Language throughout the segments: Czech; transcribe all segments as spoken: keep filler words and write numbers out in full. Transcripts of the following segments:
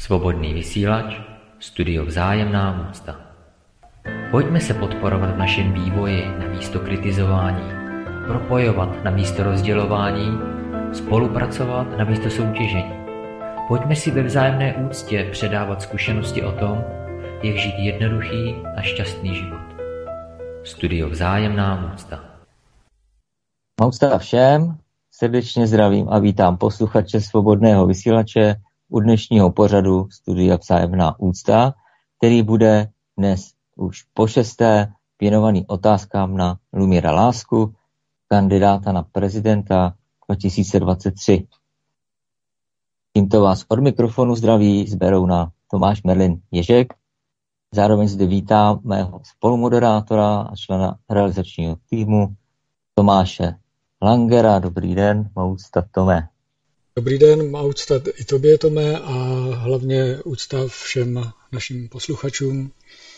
Svobodný vysílač, studio Vzájemná úcta. Pojďme se podporovat v našem vývoji namísto kritizování, propojovat namísto rozdělování, spolupracovat namísto soutěžení. Pojďme si ve vzájemné úctě předávat zkušenosti o tom, jak žít jednoduchý a šťastný život. Studio Vzájemná úcta. Úcta všem, srdečně zdravím a vítám posluchače Svobodného vysílače u dnešního pořadu Studia Vzájemná úcta, který bude dnes už po šesté věnovaný otázkám na Lumíra Lásku, kandidáta na prezidenta dva tisíce dvacet tři. Tímto vás od mikrofonu zdraví z Berouna Tomáš Merlin Ježek. Zároveň zde vítám mého spolumoderátora a člena realizačního týmu Tomáše Langera. Dobrý den, má úcta Tome. Dobrý den, má úcta i tobě, Tome, a hlavně úcta všem našim posluchačům.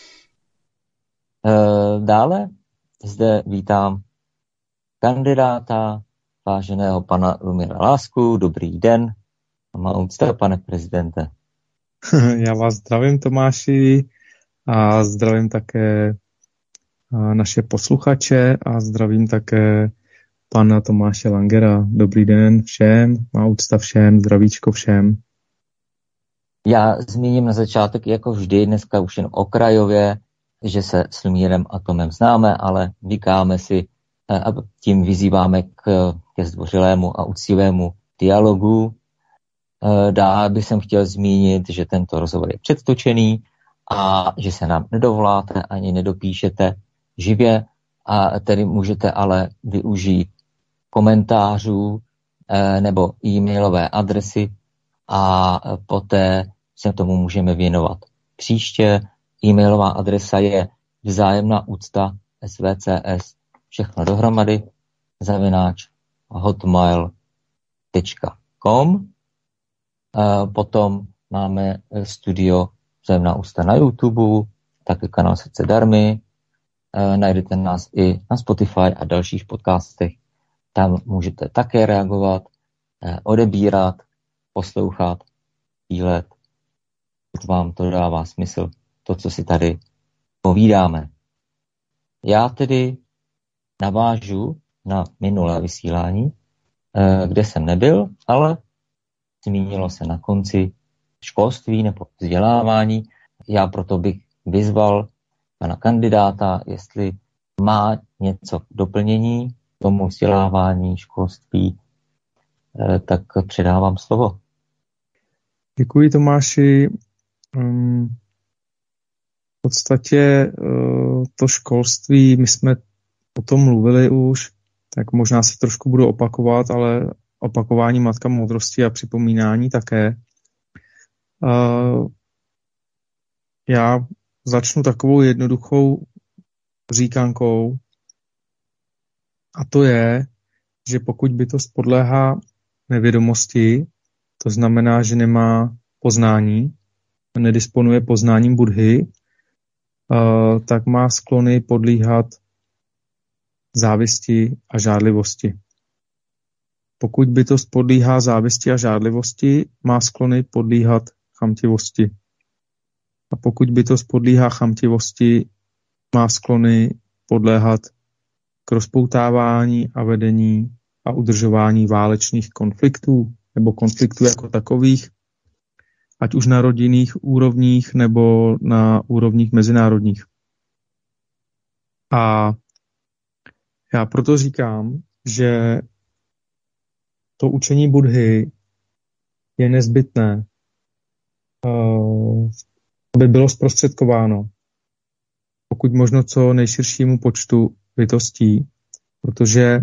Dále zde vítám kandidáta, váženého pana Lumíra Lásku. Dobrý den, má úcta, pane prezidente. Já vás zdravím, Tomáši, a zdravím také naše posluchače a zdravím také pana Tomáše Langera. Dobrý den všem, má úcta všem, zdravíčko všem. Já zmíním na začátek, jako vždy, dneska už jen okrajově, že se s Lumírem a Tomem známe, ale vykáme si a tím vyzýváme k, ke zdvořilému a uctivému dialogu. Dál bych jsem chtěl zmínit, že tento rozhovor je předtočený a že se nám nedovoláte ani nedopíšete živě, a tedy můžete ale využít komentářů eh, nebo e-mailové adresy a poté se tomu můžeme věnovat příště. E-mailová adresa je vzájemná úcta svcs, všechno dohromady, zavináč hotmail tečka com. Eh, potom máme studio Vzájemná úcta na YouTube, taky kanál Srdce darmy. E, najdete nás i na Spotify a dalších podcastech. Tam můžete také reagovat, e, odebírat, poslouchat, dílet. Pokud vám to dává smysl, to, co si tady povídáme. Já tedy navážu na minulé vysílání, e, kde jsem nebyl, ale zmínilo se na konci školství nebo vzdělávání. Já proto bych vyzval pana kandidáta, jestli má něco k doplnění tomu vzdělávání, školství, tak předávám slovo. Děkuji, Tomáši. V podstatě to školství, my jsme o tom mluvili už, tak možná se trošku budu opakovat, ale opakování matka moudrosti a připomínání také. Uh, já začnu takovou jednoduchou říkankou, a to je, že pokud bytost podléhá nevědomosti, to znamená, že nemá poznání, nedisponuje poznáním Buddhy, uh, tak má sklony podlíhat závisti a žádlivosti. Pokud bytost podlíhá závisti a žádlivosti, má sklony podlíhat chamtivosti. A pokud bytost podlíhá chamtivosti, má sklony podléhat k rozpoutávání a vedení a udržování válečných konfliktů nebo konfliktů jako takových, ať už na rodinných úrovních nebo na úrovních mezinárodních. A já proto říkám, že to učení Buddhy je nezbytné, aby bylo zprostředkováno pokud možno co nejširšímu počtu bytostí, protože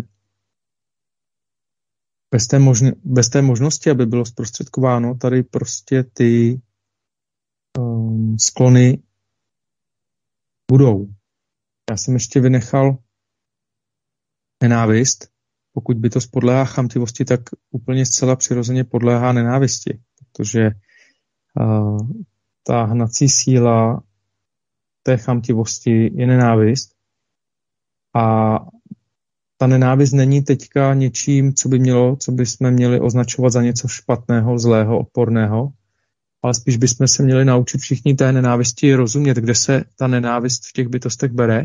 bez té, možn- bez té možnosti, aby bylo zprostředkováno, tady prostě ty um, sklony budou. Já jsem ještě vynechal nenávist. Pokud bytost podléhá chamtivosti, tak úplně zcela přirozeně podléhá nenávisti, protože uh, ta hnací síla té chamtivosti je nenávist a ta nenávist není teďka něčím, co by mělo, co by jsme měli označovat za něco špatného, zlého, odporného, ale spíš bychom se měli naučit všichni té nenávisti rozumět, kde se ta nenávist v těch bytostech bere.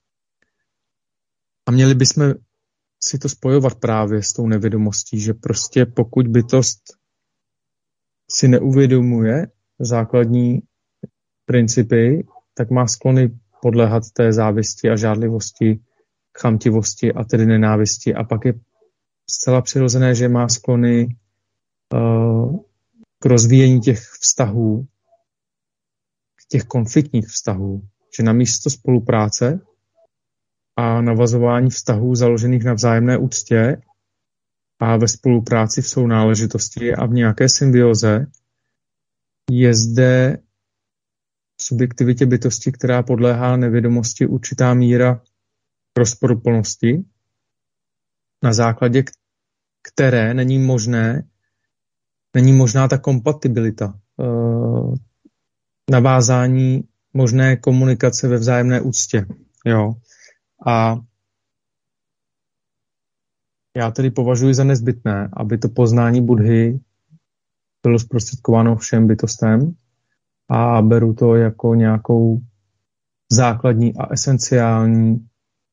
A měli bychom si to spojovat právě s tou nevědomostí, že prostě pokud bytost si neuvědomuje základní principy, tak má sklony podléhat té závisti a žádlivosti, chamtivosti a tedy nenávisti. A pak je zcela přirozené, že má sklony uh, k rozvíjení těch vztahů, těch konfliktních vztahů, že namísto spolupráce a navazování vztahů založených na vzájemné úctě a ve spolupráci v sounáležitosti a v nějaké symbioze je zde v subjektivitě bytosti, která podléhá nevědomosti, určitá míra rozporuplnosti, na základě které není možné, není možná ta kompatibilita, navázání možné komunikace ve vzájemné úctě. Jo. A já tedy považuji za nezbytné, aby to poznání Buddhy bylo zprostředkováno všem bytostem a beru to jako nějakou základní a esenciální,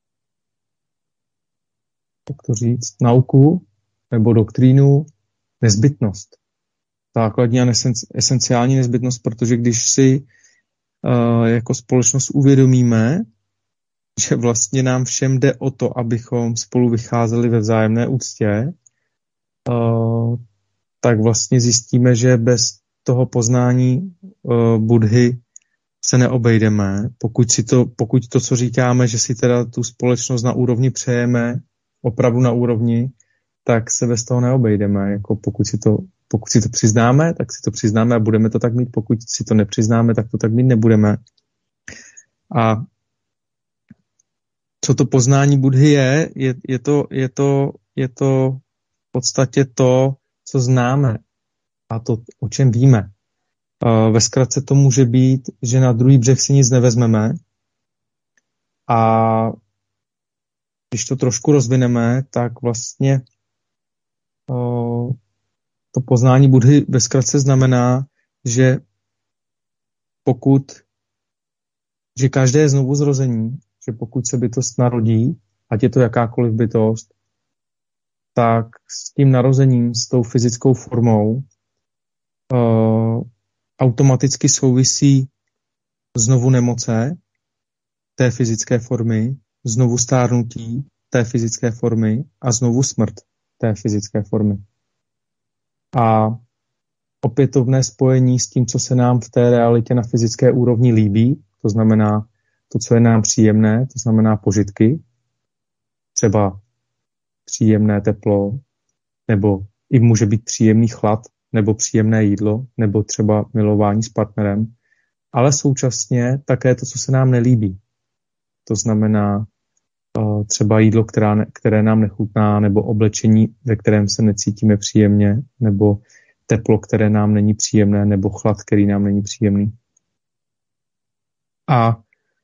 jak to říct, nauku nebo doktrínu, nezbytnost. Základní a esenciální nezbytnost, protože když si uh, jako společnost uvědomíme, že vlastně nám všem jde o to, abychom spolu vycházeli ve vzájemné úctě, uh, tak vlastně zjistíme, že bez toho poznání uh, Buddhy se neobejdeme. Pokud, si to, pokud to, co říkáme, že si teda tu společnost na úrovni přejeme, opravdu na úrovni, tak se bez toho neobejdeme. Jako pokud, si to, pokud si to přiznáme, tak si to přiznáme a budeme to tak mít. Pokud si to nepřiznáme, tak to tak mít nebudeme. A co to poznání Buddhy je, je, je, to, je, to, je to v podstatě to, co známe a to, o čem víme. Ve zkratce to může být, že na druhý břeh si nic nevezmeme a když to trošku rozvineme, tak vlastně to poznání Buddhy ve zkratce znamená, že pokud, že každé znovu zrození, že pokud se bytost narodí, ať je to jakákoliv bytost, tak s tím narozením, s tou fyzickou formou uh, automaticky souvisí znovu nemoce té fyzické formy, znovu stárnutí té fyzické formy a znovu smrt té fyzické formy. A opětovné spojení s tím, co se nám v té realitě na fyzické úrovni líbí, to znamená to, co je nám příjemné, to znamená požitky, třeba příjemné teplo, nebo i může být příjemný chlad, nebo příjemné jídlo, nebo třeba milování s partnerem, ale současně také to, co se nám nelíbí. To znamená uh, třeba jídlo, která, které nám nechutná, nebo oblečení, ve kterém se necítíme příjemně, nebo teplo, které nám není příjemné, nebo chlad, který nám není příjemný. A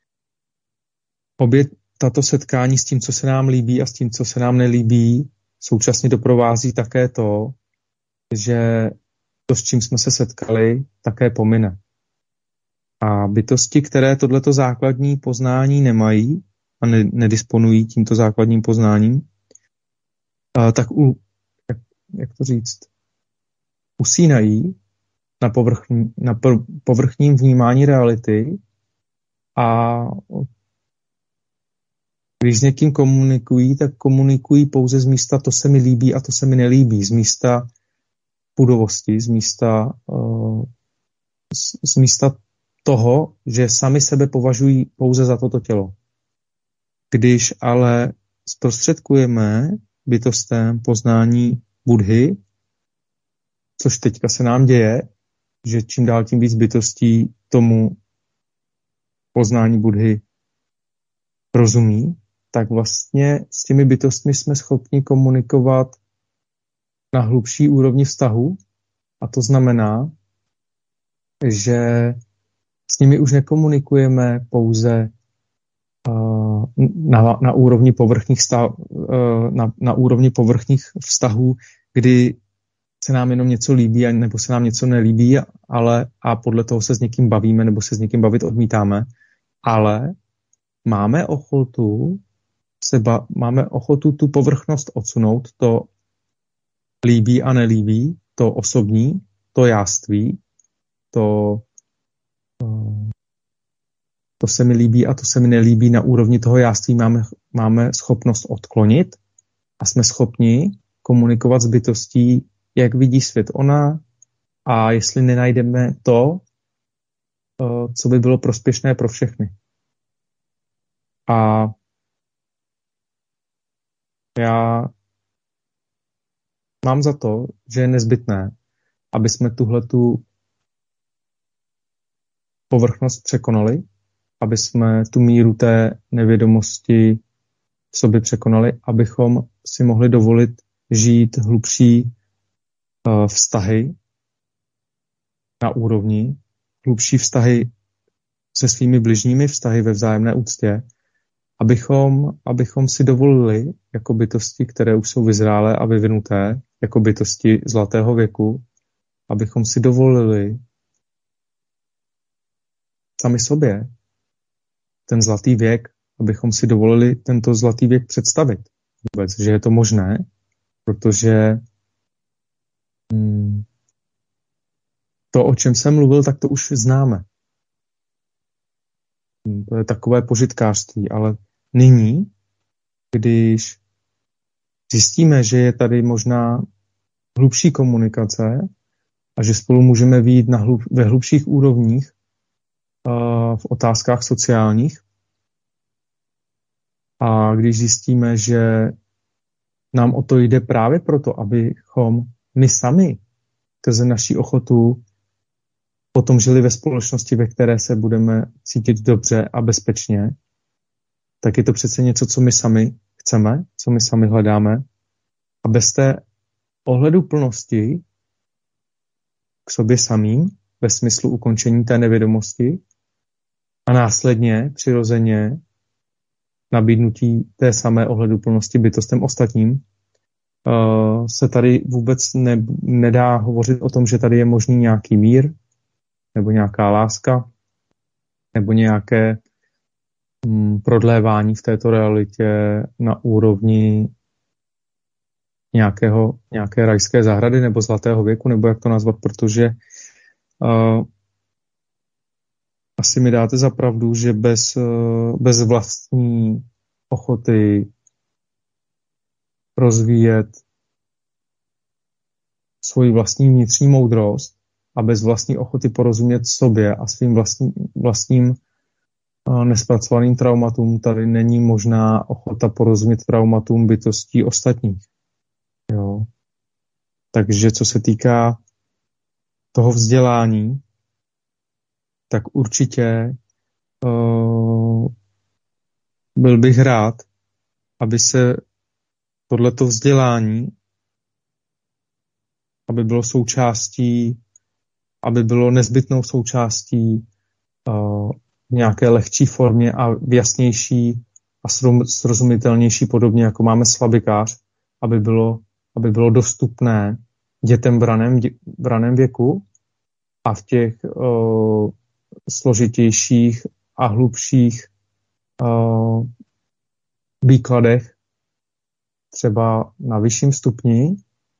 obě tato setkání s tím, co se nám líbí a s tím, co se nám nelíbí, současně doprovází také to, že to, s čím jsme se setkali, také pomine. A bytosti, které tohleto základní poznání nemají a ne, nedisponují tímto základním poznáním, tak u, jak, jak to říct, usínají na, povrchní, na povrchním vnímání reality a když s někým komunikují, tak komunikují pouze z místa to se mi líbí a to se mi nelíbí, z místa pudovosti, z místa, uh, z, z místa toho, že sami sebe považují pouze za toto tělo. Když ale zprostředkujeme bytostem poznání Buddhy, což teďka se nám děje, že čím dál tím víc bytostí tomu poznání Buddhy rozumí, tak vlastně s těmi bytostmi jsme schopni komunikovat na hlubší úrovni vztahu a to znamená, že s nimi už nekomunikujeme pouze uh, na, na, úrovni povrchních stav, uh, na, na úrovni povrchních vztahů, kdy se nám jenom něco líbí nebo se nám něco nelíbí a, ale a podle toho se s někým bavíme nebo se s někým bavit odmítáme, ale máme ochotu se ba- máme ochotu tu povrchnost odsunout, to líbí a nelíbí, to osobní, to jáství, to, to se mi líbí a to se mi nelíbí. Na úrovni toho jáství máme, máme schopnost odklonit a jsme schopni komunikovat s bytostí, jak vidí svět ona, a jestli nenajdeme to, co by bylo prospěšné pro všechny. A já mám za to, že je nezbytné, aby jsme tuhletu povrchnost překonali, aby jsme tu míru té nevědomosti v sobě překonali, abychom si mohli dovolit žít hlubší uh, vztahy na úrovni, hlubší vztahy se svými bližními, vztahy ve vzájemné úctě, abychom, abychom si dovolili jako bytosti, které už jsou vyzrálé a vyvinuté, jako bytosti zlatého věku, abychom si dovolili sami sobě ten zlatý věk, abychom si dovolili tento zlatý věk představit vůbec, že je to možné, protože hmm, to, o čem jsem mluvil, tak to už známe. To je takové požitkářství, ale nyní, když zjistíme, že je tady možná hlubší komunikace a že spolu můžeme vyjít na hlub, ve hlubších úrovních uh, v otázkách sociálních, a když zjistíme, že nám o to jde právě proto, abychom my sami skrze naší ochotu potom žili ve společnosti, ve které se budeme cítit dobře a bezpečně, tak je to přece něco, co my sami chceme, co my sami hledáme. A bez té ohleduplnosti k sobě samým, ve smyslu ukončení té nevědomosti a následně přirozeně nabídnutí té samé ohleduplnosti bytostem ostatním, uh, se tady vůbec ne, nedá hovořit o tom, že tady je možný nějaký mír, nebo nějaká láska, nebo nějaké mm, prodlévání v této realitě na úrovni nějakého, nějaké rajské zahrady nebo zlatého věku, nebo jak to nazvat, protože uh, asi mi dáte za pravdu, že bez, uh, bez vlastní ochoty rozvíjet svoji vlastní vnitřní moudrost a bez vlastní ochoty porozumět sobě a svým vlastní, vlastním uh, nespracovaným traumatům tady není možná ochota porozumět traumatům bytostí ostatních. Jo. Takže co se týká toho vzdělání, tak určitě uh, byl bych rád, aby se tohleto vzdělání, aby bylo součástí, aby bylo nezbytnou součástí uh, v nějaké lehčí formě a v jasnější a srozumitelnější podobně, jako máme slabikář, aby bylo, aby bylo dostupné dětem v raném, v raném věku a v těch uh, složitějších a hlubších uh, výkladech třeba na vyšším stupni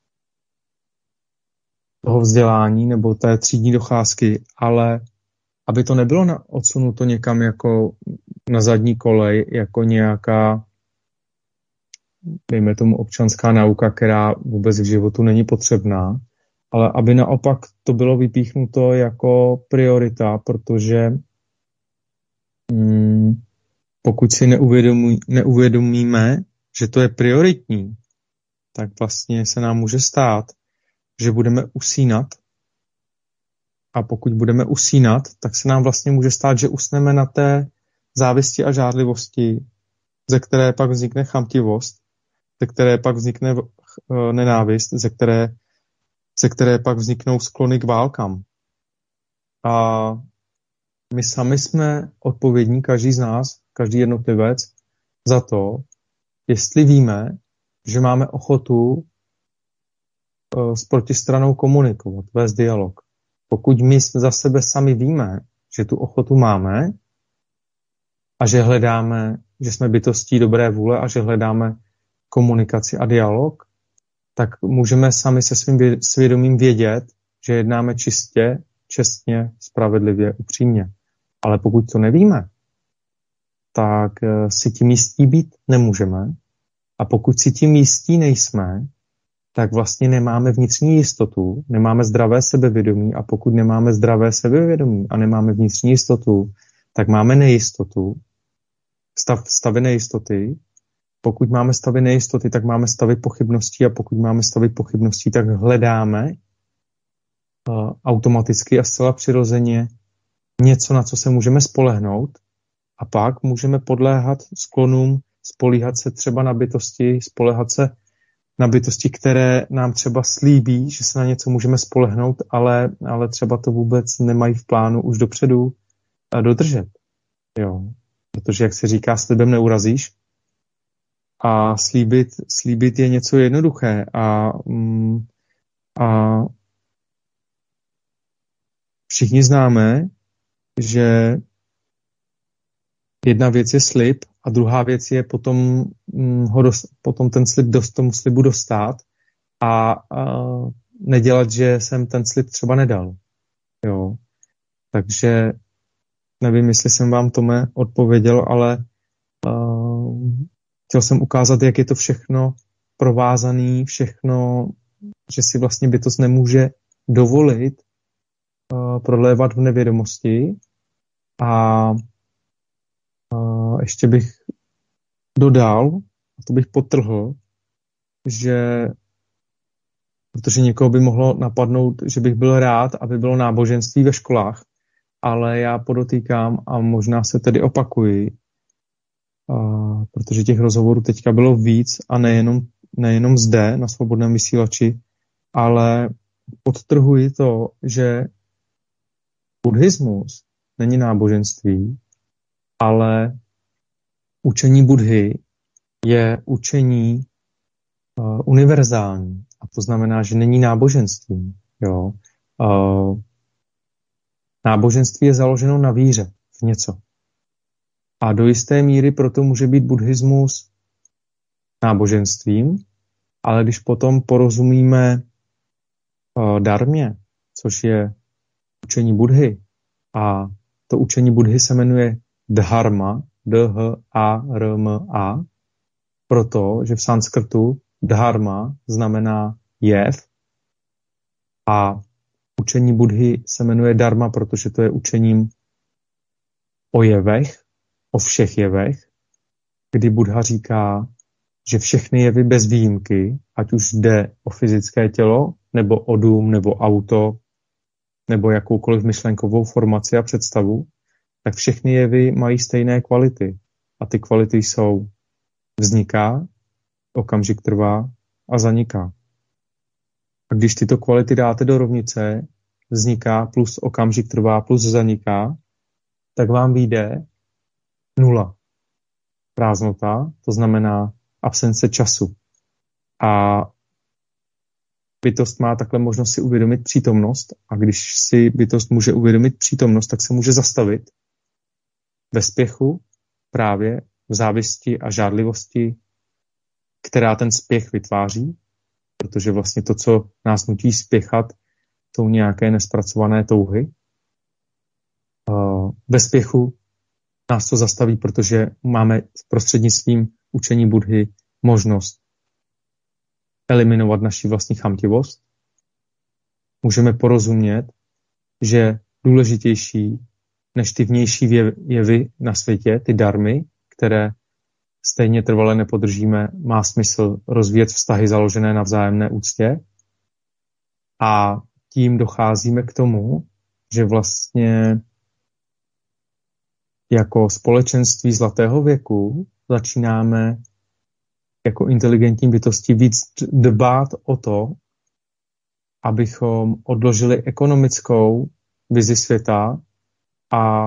toho vzdělání nebo té třídní docházky, ale aby to nebylo na, odsunuto někam jako na zadní kolej, jako nějaká, dejme tomu, občanská nauka, která vůbec v životu není potřebná, ale aby naopak to bylo vypíchnuto jako priorita, protože hmm, pokud si neuvědomí, neuvědomíme, že to je prioritní, tak vlastně se nám může stát, že budeme usínat, a pokud budeme usínat, tak se nám vlastně může stát, že usneme na té závisti a žádlivosti, ze které pak vznikne chamtivost, ze které pak vznikne nenávist, ze které, ze které pak vzniknou sklony k válkám. A my sami jsme odpovědní, každý z nás, každý jednotlivec, za to, jestli víme, že máme ochotu s protistranou komunikovat, vést dialog. Pokud my za sebe sami víme, že tu ochotu máme a že hledáme, že jsme bytostí dobré vůle a že hledáme komunikaci a dialog, tak můžeme sami se svým svědomím vědět, že jednáme čistě, čestně, spravedlivě, upřímně. Ale pokud to nevíme, tak si tím jistí být nemůžeme. A pokud si tím jistí nejsme, tak vlastně nemáme vnitřní jistotu, nemáme zdravé sebevědomí a pokud nemáme zdravé sebevědomí a nemáme vnitřní jistotu, tak máme nejistotu, stav, stavy nejistoty. Pokud máme stavy nejistoty, tak máme stavy pochybností a pokud máme stavy pochybností, tak hledáme uh, automaticky a zcela přirozeně něco, na co se můžeme spolehnout a pak můžeme podléhat sklonům, spolíhat se třeba na bytosti, spoléhat se na bytosti, které nám třeba slíbí, že se na něco můžeme spolehnout, ale, ale třeba to vůbec nemají v plánu už dopředu dodržet. Jo. Protože, jak se říká, slibem neurazíš. A slíbit, slíbit je něco jednoduché. A, a všichni známe, že jedna věc je slib a druhá věc je potom, ho dost, potom ten slib dost, tomu slibu dostat a, a nedělat, že jsem ten slib třeba nedal. Jo. Takže nevím, jestli jsem vám, Tome, odpověděl, ale uh, chtěl jsem ukázat, jak je to všechno provázané, všechno, že si vlastně bytost nemůže dovolit uh, prodlévat v nevědomosti a uh, ještě bych dodal, a to bych podtrhl, že protože někoho by mohlo napadnout, že bych byl rád, aby bylo náboženství ve školách, ale já podotýkám a možná se tedy opakuji, uh, protože těch rozhovorů teďka bylo víc a nejenom, nejenom zde na Svobodném vysílači, ale podtrhuji to, že buddhismus není náboženství, ale učení Buddhy je učení uh, univerzální. A to znamená, že není náboženstvím. Jo? Uh, náboženství je založeno na víře v něco. A do jisté míry proto může být buddhismus náboženstvím, ale když potom porozumíme uh, darmě, což je učení Buddhy, a to učení Buddhy se jmenuje dharma, D H A R M A, protože v sanskrtu dharma znamená jev a učení Buddhy se jmenuje dharma, protože to je učením o jevech, o všech jevech, kdy Buddha říká, že všechny jevy bez výjimky, ať už jde o fyzické tělo, nebo o dům, nebo auto, nebo jakoukoliv myšlenkovou formaci a představu, tak všechny jevy mají stejné kvality. A ty kvality jsou vzniká, okamžik trvá a zaniká. A když tyto kvality dáte do rovnice, vzniká plus okamžik trvá plus zaniká, tak vám vyjde nula. Prázdnota, to znamená absence času. A bytost má takhle možnost si uvědomit přítomnost a když si bytost může uvědomit přítomnost, tak se může zastavit ve spěchu právě v závisti a žádlivosti, která ten spěch vytváří, protože vlastně to, co nás nutí spěchat, jsou nějaké nespracované touhy. Ve spěchu nás to zastaví, protože máme prostřednictvím učení Buddhy možnost eliminovat naši vlastní chamtivost. Můžeme porozumět, že důležitější než ty vnější jevy na světě, ty darmy, které stejně trvale nepodržíme, má smysl rozvíjet vztahy založené na vzájemné úctě. A tím docházíme k tomu, že vlastně jako společenství zlatého věku začínáme jako inteligentní bytosti víc dbát o to, abychom odložili ekonomickou vizi světa a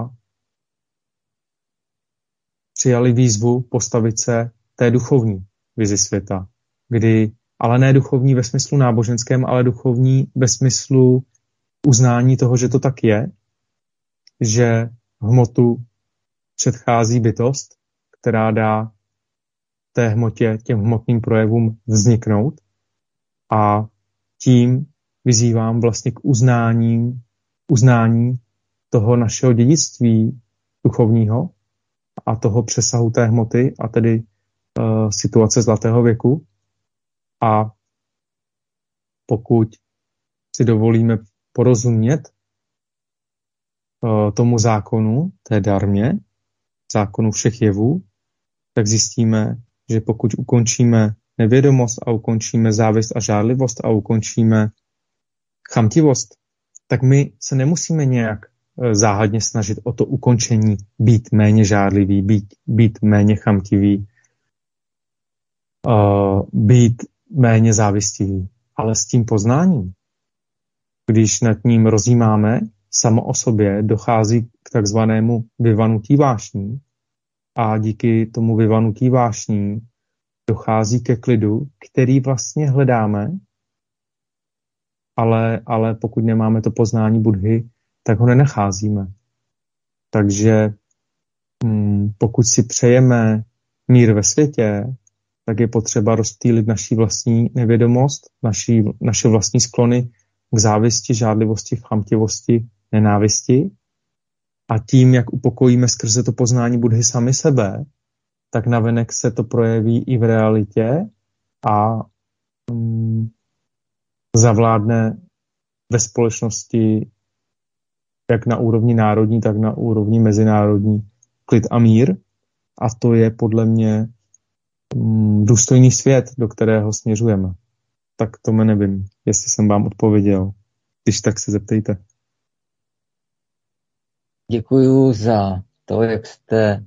přijali výzvu postavit se té duchovní vizi světa, kdy, ale ne duchovní ve smyslu náboženském, ale duchovní ve smyslu uznání toho, že to tak je, že hmotu předchází bytost, která dá té hmotě, těm hmotným projevům vzniknout, a tím vyzývám vlastně k uznání, uznání toho našeho dědictví duchovního a toho přesahu té hmoty, a tedy uh, situace zlatého věku. A pokud si dovolíme porozumět uh, tomu zákonu, té darmě, zákonu všech jevů, tak zjistíme, že pokud ukončíme nevědomost a ukončíme závist a žárlivost a ukončíme chamtivost, tak my se nemusíme nějak záhadně snažit o to ukončení, být méně žárlivý, být, být méně chamtivý, uh, být méně závistivý. Ale s tím poznáním, když nad ním rozjímáme, samo o sobě dochází k takzvanému vyvanutí vášní, a díky tomu vyvanutí vášní dochází ke klidu, který vlastně hledáme, ale, ale pokud nemáme to poznání Buddhy, tak ho nenacházíme. Takže hm, pokud si přejeme mír ve světě, tak je potřeba rozptýlit naši vlastní nevědomost, naši, naše vlastní sklony k závisti, žádlivosti, chamtivosti, nenávisti. A tím, jak upokojíme skrze to poznání Buddhy sami sebe, tak navenek se to projeví i v realitě a hm, zavládne ve společnosti jak na úrovni národní, tak na úrovni mezinárodní klid a mír. A to je podle mě mm, důstojný svět, do kterého směřujeme. Tak to mě nevím, jestli jsem vám odpověděl. Když tak se zeptejte. Děkuju za to, jak jste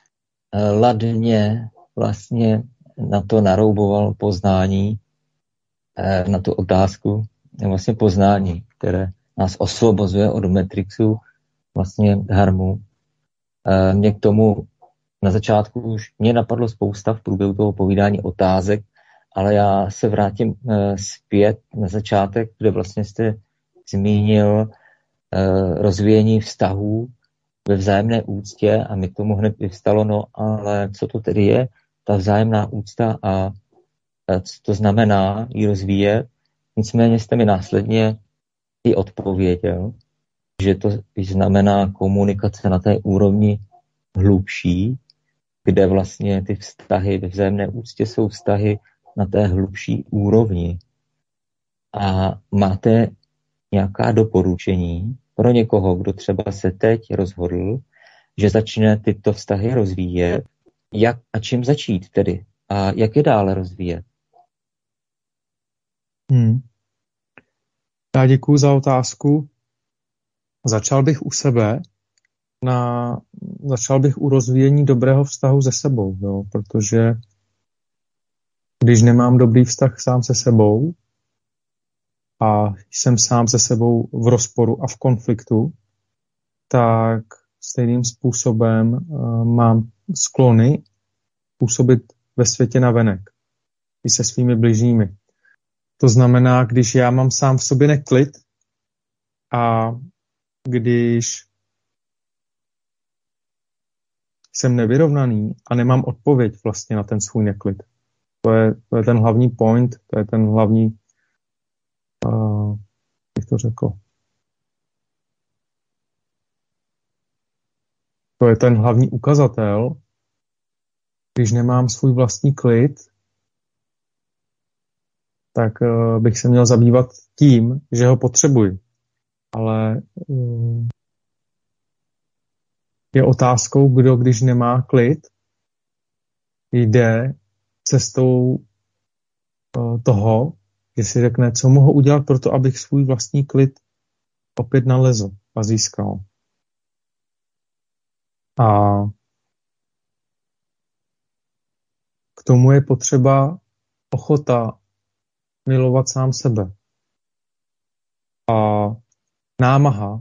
ladně vlastně na to narouboval poznání, na tu otázku, vlastně poznání, které nás osvobozuje od Matrixu, vlastně dharmu. Mě k tomu na začátku už mě napadlo spousta v průběhu toho povídání otázek, ale já se vrátím zpět na začátek, kde vlastně jste zmínil rozvíjení vztahů ve vzájemné úctě a mi k tomu hned vyvstalo, no ale co to tedy je, ta vzájemná úcta a co to znamená ji rozvíjet. Nicméně jste mi následně i odpověděl, že to znamená komunikace na té úrovni hlubší, kde vlastně ty vztahy ve vzájemné úctě jsou vztahy na té hlubší úrovni. A máte nějaká doporučení pro někoho, kdo třeba se teď rozhodl, že začne tyto vztahy rozvíjet, jak a čím začít tedy a jak je dále rozvíjet? Hmm. Já děkuju za otázku. Začal bych u sebe, na, začal bych u rozvíjení dobrého vztahu se sebou, jo, protože když nemám dobrý vztah sám se sebou a jsem sám se sebou v rozporu a v konfliktu, tak stejným způsobem uh, mám sklony působit ve světě navenek i se svými bližními. To znamená, když já mám sám v sobě neklid a když jsem nevyrovnaný a nemám odpověď vlastně na ten svůj neklid. To je, to je ten hlavní point, to je ten hlavní, uh, jak to řekl, to je ten hlavní ukazatel, když nemám svůj vlastní klid, tak uh, bych se měl zabývat tím, že ho potřebuji. Ale uh, je otázkou, kdo, když nemá klid, jde cestou uh, toho, že si řekne, co mohu udělat pro to, abych svůj vlastní klid opět nalezl a získal. A k tomu je potřeba ochota milovat sám sebe. A námaha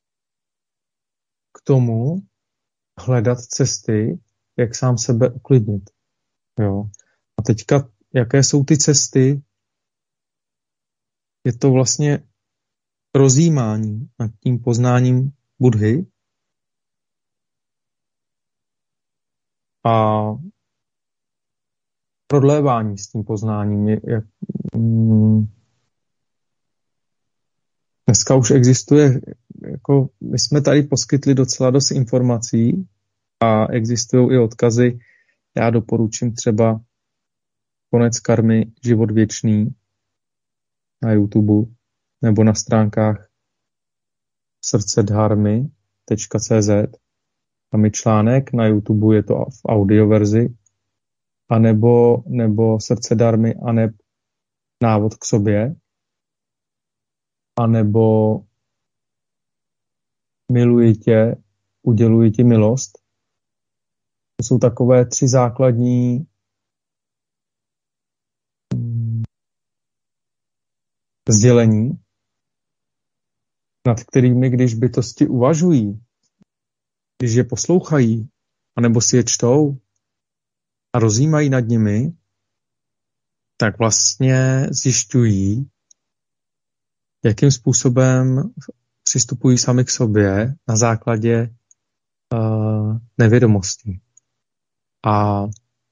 k tomu hledat cesty, jak sám sebe uklidnit. Jo. A teďka, jaké jsou ty cesty? Je to vlastně rozjímání nad tím poznáním Buddhy a prodlévání s tím poznáním. Je, jak, mm, dneska už existuje, jako my jsme tady poskytli docela dost informací a existují i odkazy. Já doporučím třeba Konec karmy, život věčný na YouTube nebo na stránkách srdcedharmy tečka cé zet. Tam je článek, na YouTube je to v audioverzi, a nebo, nebo srdcedharmy, a nebo návod k sobě, a nebo miluji tě, uděluji ti milost. To jsou takové tři základní sdělení, nad kterými, když bytosti uvažují, když je poslouchají, anebo si je čtou a rozjímají nad nimi, tak vlastně zjišťují, jakým způsobem přistupují sami k sobě na základě uh, nevědomosti. A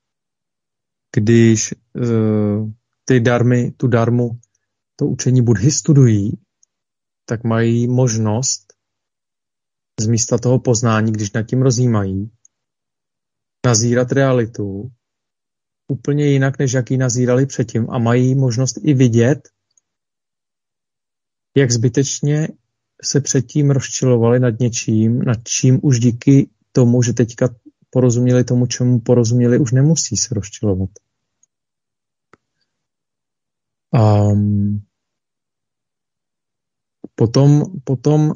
když uh, ty darmy, tu darmu, to učení Buddhy studují, tak mají možnost z místa toho poznání, když nad tím rozjímají, nazírat realitu úplně jinak, než jak ji nazírali předtím, a mají možnost i vidět, jak zbytečně se předtím rozčilovali nad něčím, nad čím už díky tomu, že teďka porozuměli tomu, čemu porozuměli, už nemusí se rozčilovat. Um, potom, potom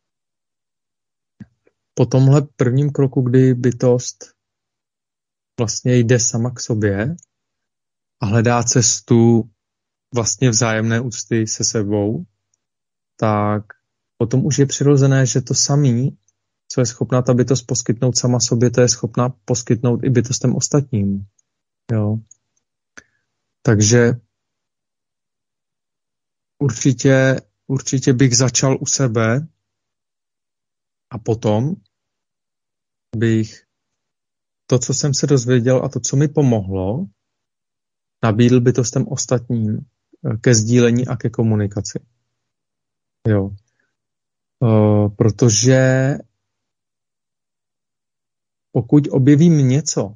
po tomhle prvním kroku, kdy bytost vlastně jde sama k sobě a hledá cestu vlastně vzájemné úcty se sebou, tak potom už je přirozené, že to samý, co je schopná ta bytost poskytnout sama sobě, to je schopná poskytnout i bytostem ostatním. Jo. Takže určitě, určitě bych začal u sebe a potom bych to, co jsem se dozvěděl a to, co mi pomohlo, nabídl bytostem ostatním ke sdílení a ke komunikaci. Jo. Uh, protože pokud objevím něco,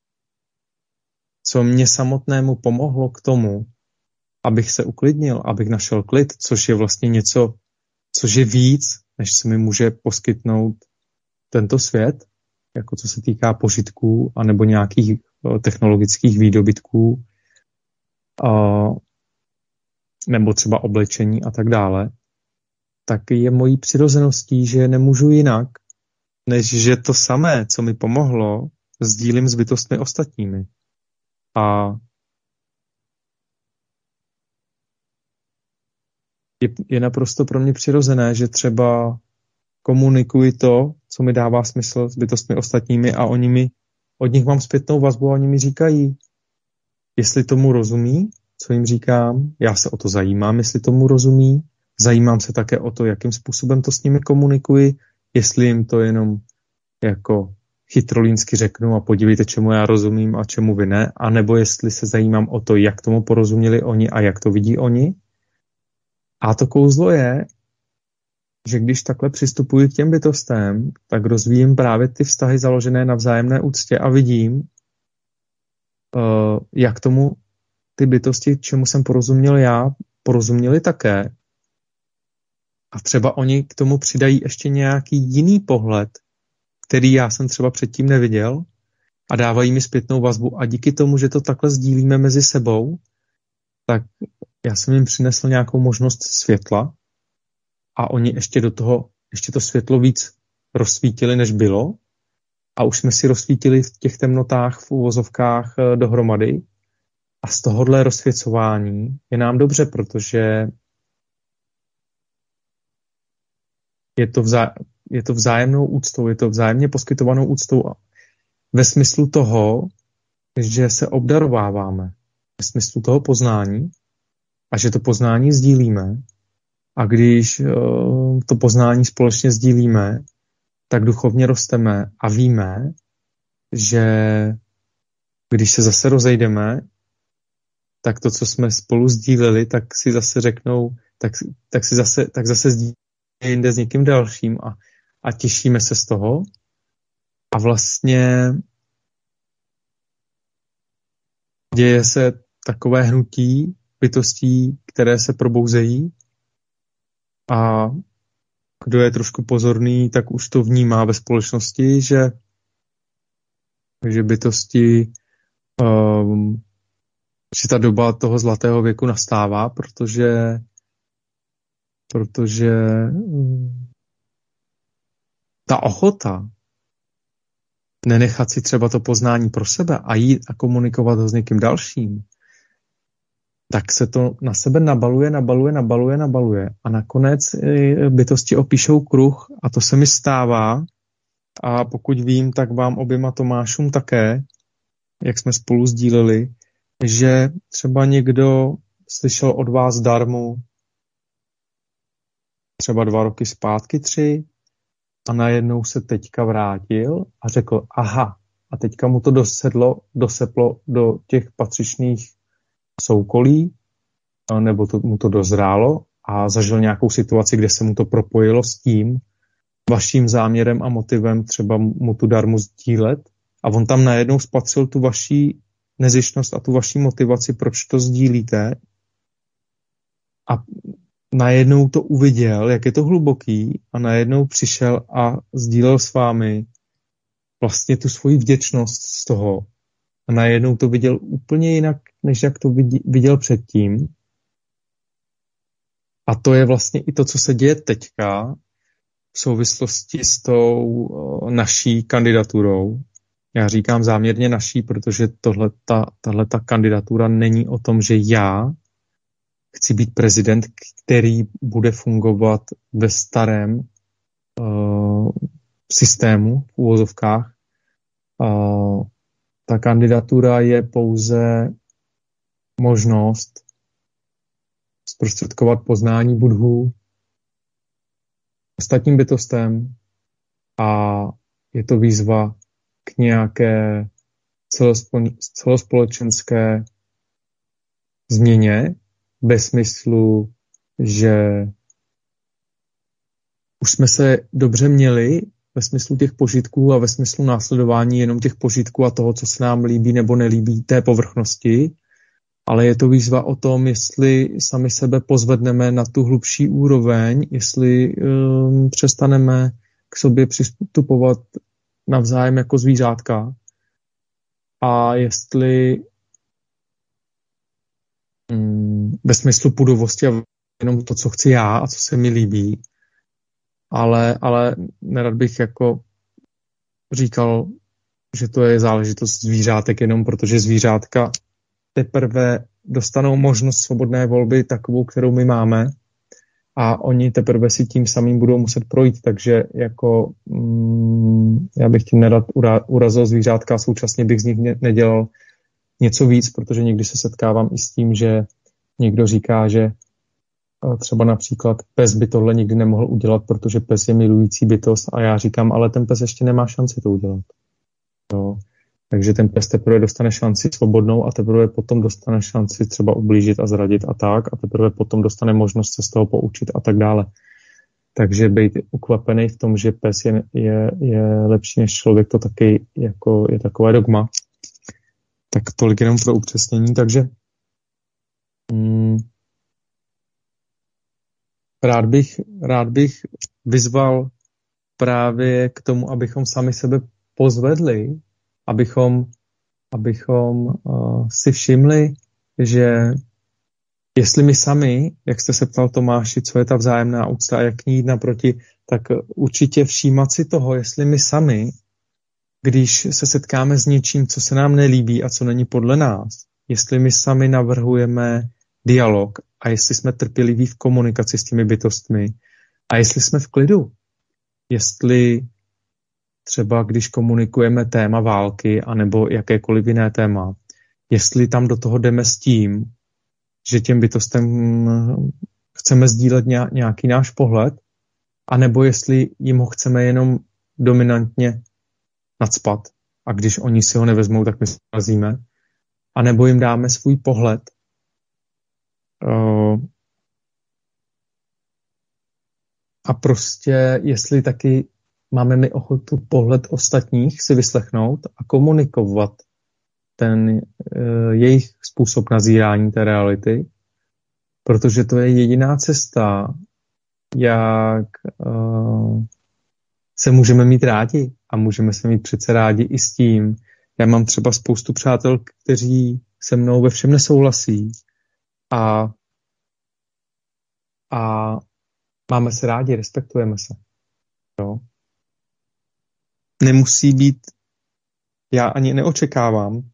co mě samotnému pomohlo k tomu, abych se uklidnil, abych našel klid, což je vlastně něco, což je víc, než se mi může poskytnout tento svět, jako co se týká požitků anebo nějakých technologických výdobytků, uh, nebo třeba oblečení a tak dále, tak je mojí přirozeností, že nemůžu jinak, než že to samé, co mi pomohlo, sdílím s bytostmi ostatními. A je, je naprosto pro mě přirozené, že třeba komunikuji to, co mi dává smysl s bytostmi ostatními, a oni mi, od nich mám zpětnou vazbu a oni mi říkají, jestli tomu rozumí, co jim říkám, já se o to zajímám, jestli tomu rozumí, zajímám se také o to, jakým způsobem to s nimi komunikuji, jestli jim to jenom jako chytrolínsky řeknu a podívejte, čemu já rozumím a čemu vy ne, anebo jestli se zajímám o to, jak tomu porozuměli oni a jak to vidí oni. A to kouzlo je, že když takhle přistupuji k těm bytostem, tak rozvíjím právě ty vztahy založené na vzájemné úctě a vidím, jak tomu ty bytosti, čemu jsem porozuměl já, porozuměli také. A třeba oni k tomu přidají ještě nějaký jiný pohled, který já jsem třeba předtím neviděl, a dávají mi zpětnou vazbu. A díky tomu, že to takhle sdílíme mezi sebou, tak já jsem jim přinesl nějakou možnost světla a oni ještě do toho, ještě to světlo víc rozsvítili, než bylo. A už jsme si rozsvítili v těch temnotách, v uvozovkách dohromady. A z tohohle rozsvěcování je nám dobře, protože je to, vzá, je to vzájemnou úctou, je to vzájemně poskytovanou úctou ve smyslu toho, že se obdarováváme, ve smyslu toho poznání a že to poznání sdílíme A když uh, to poznání společně sdílíme, tak duchovně rosteme a víme, že když se zase rozejdeme, tak to, co jsme spolu sdíleli, tak si zase řeknou, tak, tak si zase, tak zase sdílíme jinde s někým dalším a, a těšíme se z toho. A vlastně děje se takové hnutí bytostí, které se probouzejí a kdo je trošku pozorný, tak už to vnímá ve společnosti, že, že bytosti um, že ta doba toho zlatého věku nastává, protože protože um, ta ochota nenechat si třeba to poznání pro sebe a jít a komunikovat ho s někým dalším, tak se to na sebe nabaluje, nabaluje, nabaluje, nabaluje a nakonec bytosti opíšou kruh a to se mi stává a pokud vím, tak vám oběma Tomášům také, jak jsme spolu sdíleli, že třeba někdo slyšel od vás darmu třeba dva roky zpátky, tři a najednou se teďka vrátil a řekl aha a teďka mu to dosedlo, doseplo do těch patřičných soukolí, nebo to, mu to dozrálo a zažil nějakou situaci, kde se mu to propojilo s tím vaším záměrem a motivem třeba mu tu darmu sdílet a on tam najednou spatřil tu vaší nezištnost a tu vaší motivaci, proč to sdílíte a najednou to uviděl, jak je to hluboký a najednou přišel a sdílel s vámi vlastně tu svoji vděčnost z toho a najednou to viděl úplně jinak, než jak to viděl předtím. A to je vlastně i to, co se děje teďka v souvislosti s tou naší kandidaturou. Já říkám záměrně naší, protože tahleta kandidatura není o tom, že já chci být prezident, který bude fungovat ve starém uh, systému v uvozovkách. Uh, ta kandidatura je pouze možnost zprostředkovat poznání Budhu ostatním bytostem a je to výzva k nějaké celospo- celospolečenské změně ve smyslu, že už jsme se dobře měli ve smyslu těch požitků a ve smyslu následování jenom těch požitků a toho, co se nám líbí nebo nelíbí té povrchnosti, ale je to výzva o tom, jestli sami sebe pozvedneme na tu hlubší úroveň, jestli um, přestaneme k sobě přistupovat navzájem jako zvířátka a jestli um, ve smyslu pudovosti a jenom to, co chci já a co se mi líbí, ale, ale nerad bych jako říkal, že to je záležitost zvířátek jenom protože zvířátka teprve dostanou možnost svobodné volby takovou, kterou my máme a oni teprve si tím samým budou muset projít, takže jako mm, já bych tím nerad ura, urazil zvířátka a současně bych z nich ne, nedělal něco víc, protože někdy se setkávám i s tím, že někdo říká, že třeba například pes by tohle nikdy nemohl udělat, protože pes je milující bytost a já říkám, ale ten pes ještě nemá šanci to udělat. No. Takže ten pes teprve dostane šanci svobodnou a teprve potom dostane šanci třeba ublížit a zradit a tak a teprve potom dostane možnost se z toho poučit a tak dále. Takže být ukvapený v tom, že pes je, je, je lepší než člověk, to taky jako je takové dogma. Tak tolik jenom pro upřesnění. Takže mm, rád, bych, rád bych vyzval právě k tomu, abychom sami sebe pozvedli, abychom, abychom uh, si všimli, že jestli my sami, jak jste se ptal Tomáši, co je ta vzájemná úcta a jak k ní jít naproti, tak určitě všímat si toho, jestli my sami, když se setkáme s něčím, co se nám nelíbí a co není podle nás, jestli my sami navrhujeme dialog a jestli jsme trpěliví v komunikaci s těmi bytostmi a jestli jsme v klidu, jestli třeba když komunikujeme téma války anebo jakékoliv jiné téma, jestli tam do toho jdeme s tím, že těm bytostem chceme sdílet nějaký náš pohled, anebo jestli jim ho chceme jenom dominantně nacpat a když oni si ho nevezmou, tak my se razíme, anebo jim dáme svůj pohled uh, a prostě jestli taky máme my ochotu pohled ostatních si vyslechnout a komunikovat ten uh, jejich způsob nazírání té reality, protože to je jediná cesta, jak uh, se můžeme mít rádi a můžeme se mít přece rádi i s tím. Já mám třeba spoustu přátel, kteří se mnou ve všem nesouhlasí a, a máme se rádi, respektujeme se. Jo. Nemusí být, já ani neočekávám,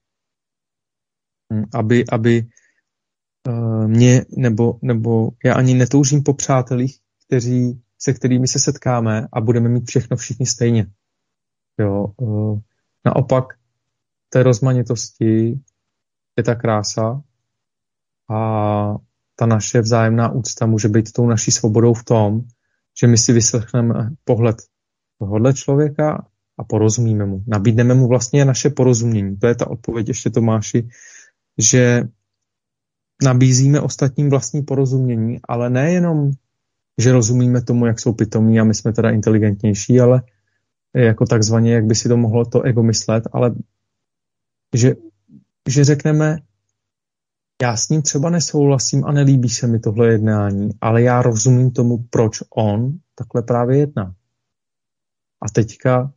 aby, aby uh, mě, nebo, nebo já ani netoužím po přátelích, kteří, se kterými se setkáme a budeme mít všechno všichni stejně. Jo, uh, naopak té rozmanitosti je ta krása a ta naše vzájemná úcta může být tou naší svobodou v tom, že my si vyslechneme pohled tohohle člověka a porozumíme mu. Nabídneme mu vlastně naše porozumění. To je ta odpověď ještě, Tomáši, že nabízíme ostatním vlastní porozumění, ale nejenom, že rozumíme tomu, jak jsou pitomí a my jsme teda inteligentnější, ale jako takzvaně, jak by si to mohlo to ego myslet, ale že, že řekneme, já s ním třeba nesouhlasím a nelíbí se mi tohle jednání, ale já rozumím tomu, proč on takhle právě jedná. A teďka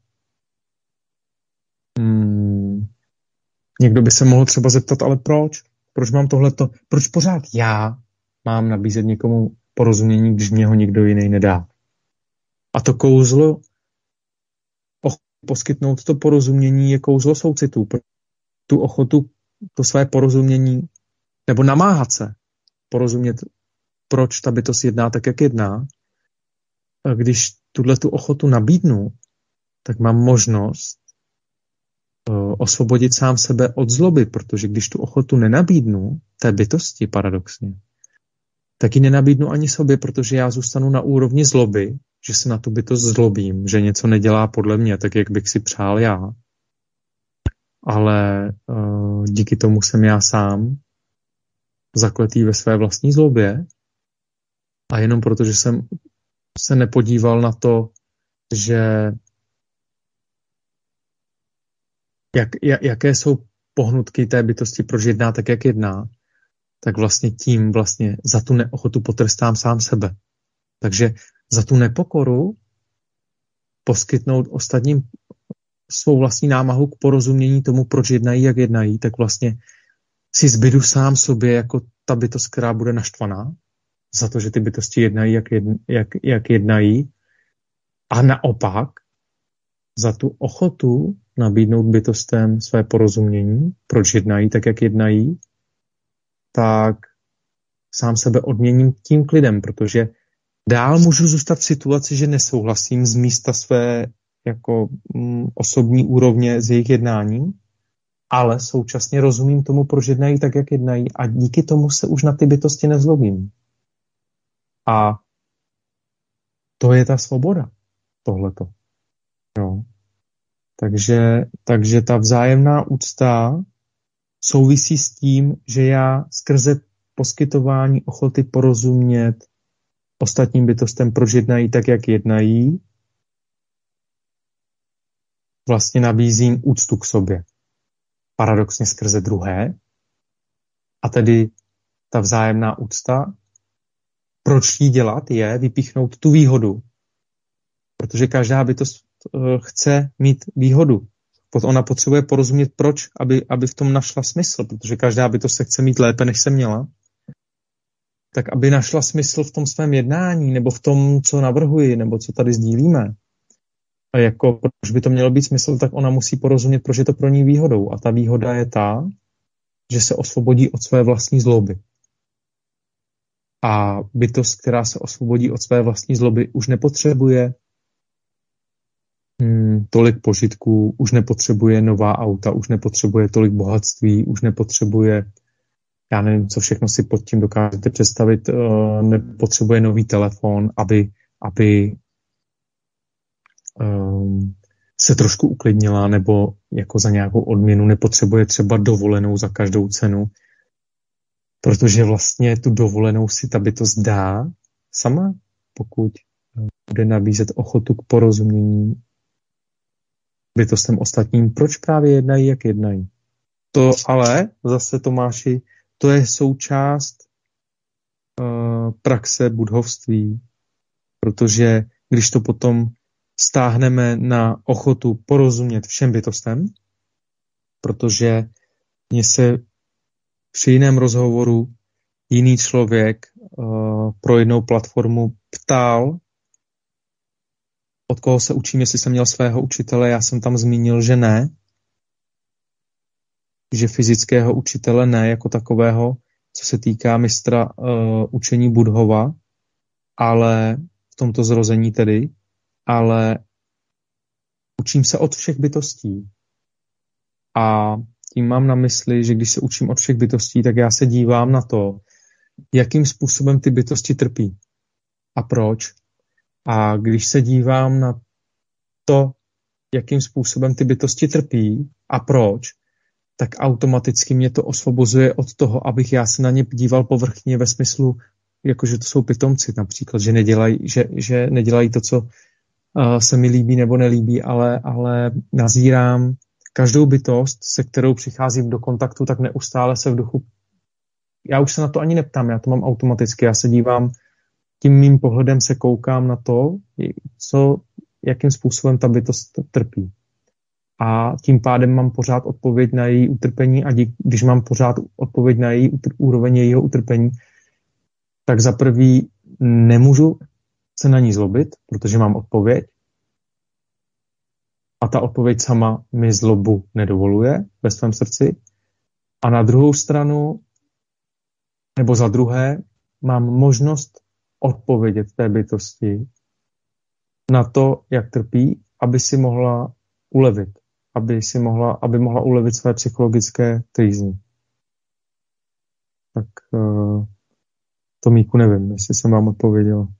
hmm, někdo by se mohl třeba zeptat, ale proč? Proč mám tohleto? Proč pořád já mám nabízet někomu porozumění, když mě ho nikdo jiný nedá? A to kouzlo poskytnout to porozumění je kouzlo soucitu. Tu ochotu, to své porozumění, nebo namáhat se porozumět, proč ta bytost jedná tak, jak jedná. A když tuhle tu ochotu nabídnu, tak mám možnost uh, osvobodit sám sebe od zloby, protože když tu ochotu nenabídnu té bytosti paradoxně, tak ji nenabídnu ani sobě, protože já zůstanu na úrovni zloby, že se na tu bytost zlobím, že něco nedělá podle mě tak, jak bych si přál já. Ale uh, díky tomu jsem já sám zakletý ve své vlastní zlobě a jenom proto, že jsem se nepodíval na to, že jak, jak, jaké jsou pohnutky té bytosti, proč jedná tak, jak jedná, tak vlastně tím vlastně za tu neochotu potrestám sám sebe. Takže za tu nepokoru poskytnout ostatním svou vlastní námahu k porozumění tomu, proč jednají, jak jednají, tak vlastně si zbydu sám sobě jako ta bytost, která bude naštvaná za to, že ty bytosti jednají, jak, jedn, jak, jak jednají. A naopak za tu ochotu nabídnout bytostem své porozumění, proč jednají, tak jak jednají, tak sám sebe odměním tím klidem, protože dál můžu zůstat v situaci, že nesouhlasím z místa své jako mm, osobní úrovně s jejich jednáním, ale současně rozumím tomu, proč jednají tak, jak jednají a díky tomu se už na ty bytosti nezlobím. A to je ta svoboda, tohleto. Jo. Takže, takže ta vzájemná úcta souvisí s tím, že já skrze poskytování ochoty porozumět ostatním bytostem, proč jednají tak, jak jednají, vlastně nabízím úctu k sobě. Paradoxně skrze druhé. A tedy ta vzájemná úcta, proč jí dělat, je vypíchnout tu výhodu. Protože každá bytost chce mít výhodu. Ona potřebuje porozumět, proč, aby, aby v tom našla smysl, protože každá bytost se chce mít lépe, než se měla. Tak aby našla smysl v tom svém jednání, nebo v tom, co navrhuji, nebo co tady sdílíme. A jako, proč by to mělo být smysl, tak ona musí porozumět, proč je to pro ní výhodou. A ta výhoda je ta, že se osvobodí od své vlastní zloby. A bytost, která se osvobodí od své vlastní zloby, už nepotřebuje hmm, tolik požitků, už nepotřebuje nová auta, už nepotřebuje tolik bohatství, už nepotřebuje já nevím, co všechno si pod tím dokážete představit, nepotřebuje nový telefon, aby, aby um, se trošku uklidnila, nebo jako za nějakou odměnu nepotřebuje třeba dovolenou za každou cenu, protože vlastně tu dovolenou si ta bytost dá sama, pokud bude nabízet ochotu k porozumění bytostem ostatním, proč právě jednají, jak jednají. To ale, zase Tomáši, to je součást uh, praxe budhovství, protože když to potom stáhneme na ochotu porozumět všem bytostem, protože mě se při jiném rozhovoru jiný člověk uh, pro jednou platformu ptal, od koho se učím, jestli jsem měl svého učitele, já jsem tam zmínil, že ne, že fyzického učitele ne, jako takového, co se týká mistra uh, učení Budhova, ale v tomto zrození tedy, ale učím se od všech bytostí. A tím mám na mysli, že když se učím od všech bytostí, tak já se dívám na to, jakým způsobem ty bytosti trpí a proč. A když se dívám na to, jakým způsobem ty bytosti trpí a proč, tak automaticky mě to osvobozuje od toho, abych já se na ně díval povrchně ve smyslu, jakože to jsou pitomci například, že nedělají, že, že nedělají to, co uh, se mi líbí nebo nelíbí, ale, ale nazírám každou bytost, se kterou přicházím do kontaktu, tak neustále se v duchu, já už se na to ani neptám, já to mám automaticky, já se dívám, tím mým pohledem se koukám na to, co, jakým způsobem ta bytost trpí. A tím pádem mám pořád odpověď na její utrpení a dík, když mám pořád odpověď na její utr- úroveň jejího utrpení, tak za prvý nemůžu se na ní zlobit, protože mám odpověď a ta odpověď sama mi zlobu nedovoluje ve svém srdci. A na druhou stranu, nebo za druhé, mám možnost odpovědět té bytosti na to, jak trpí, aby si mohla ulevit, aby si mohla, aby mohla ulevit své psychologické trýzni. Tak uh, to Míku nevím, jestli jsem vám odpověděl.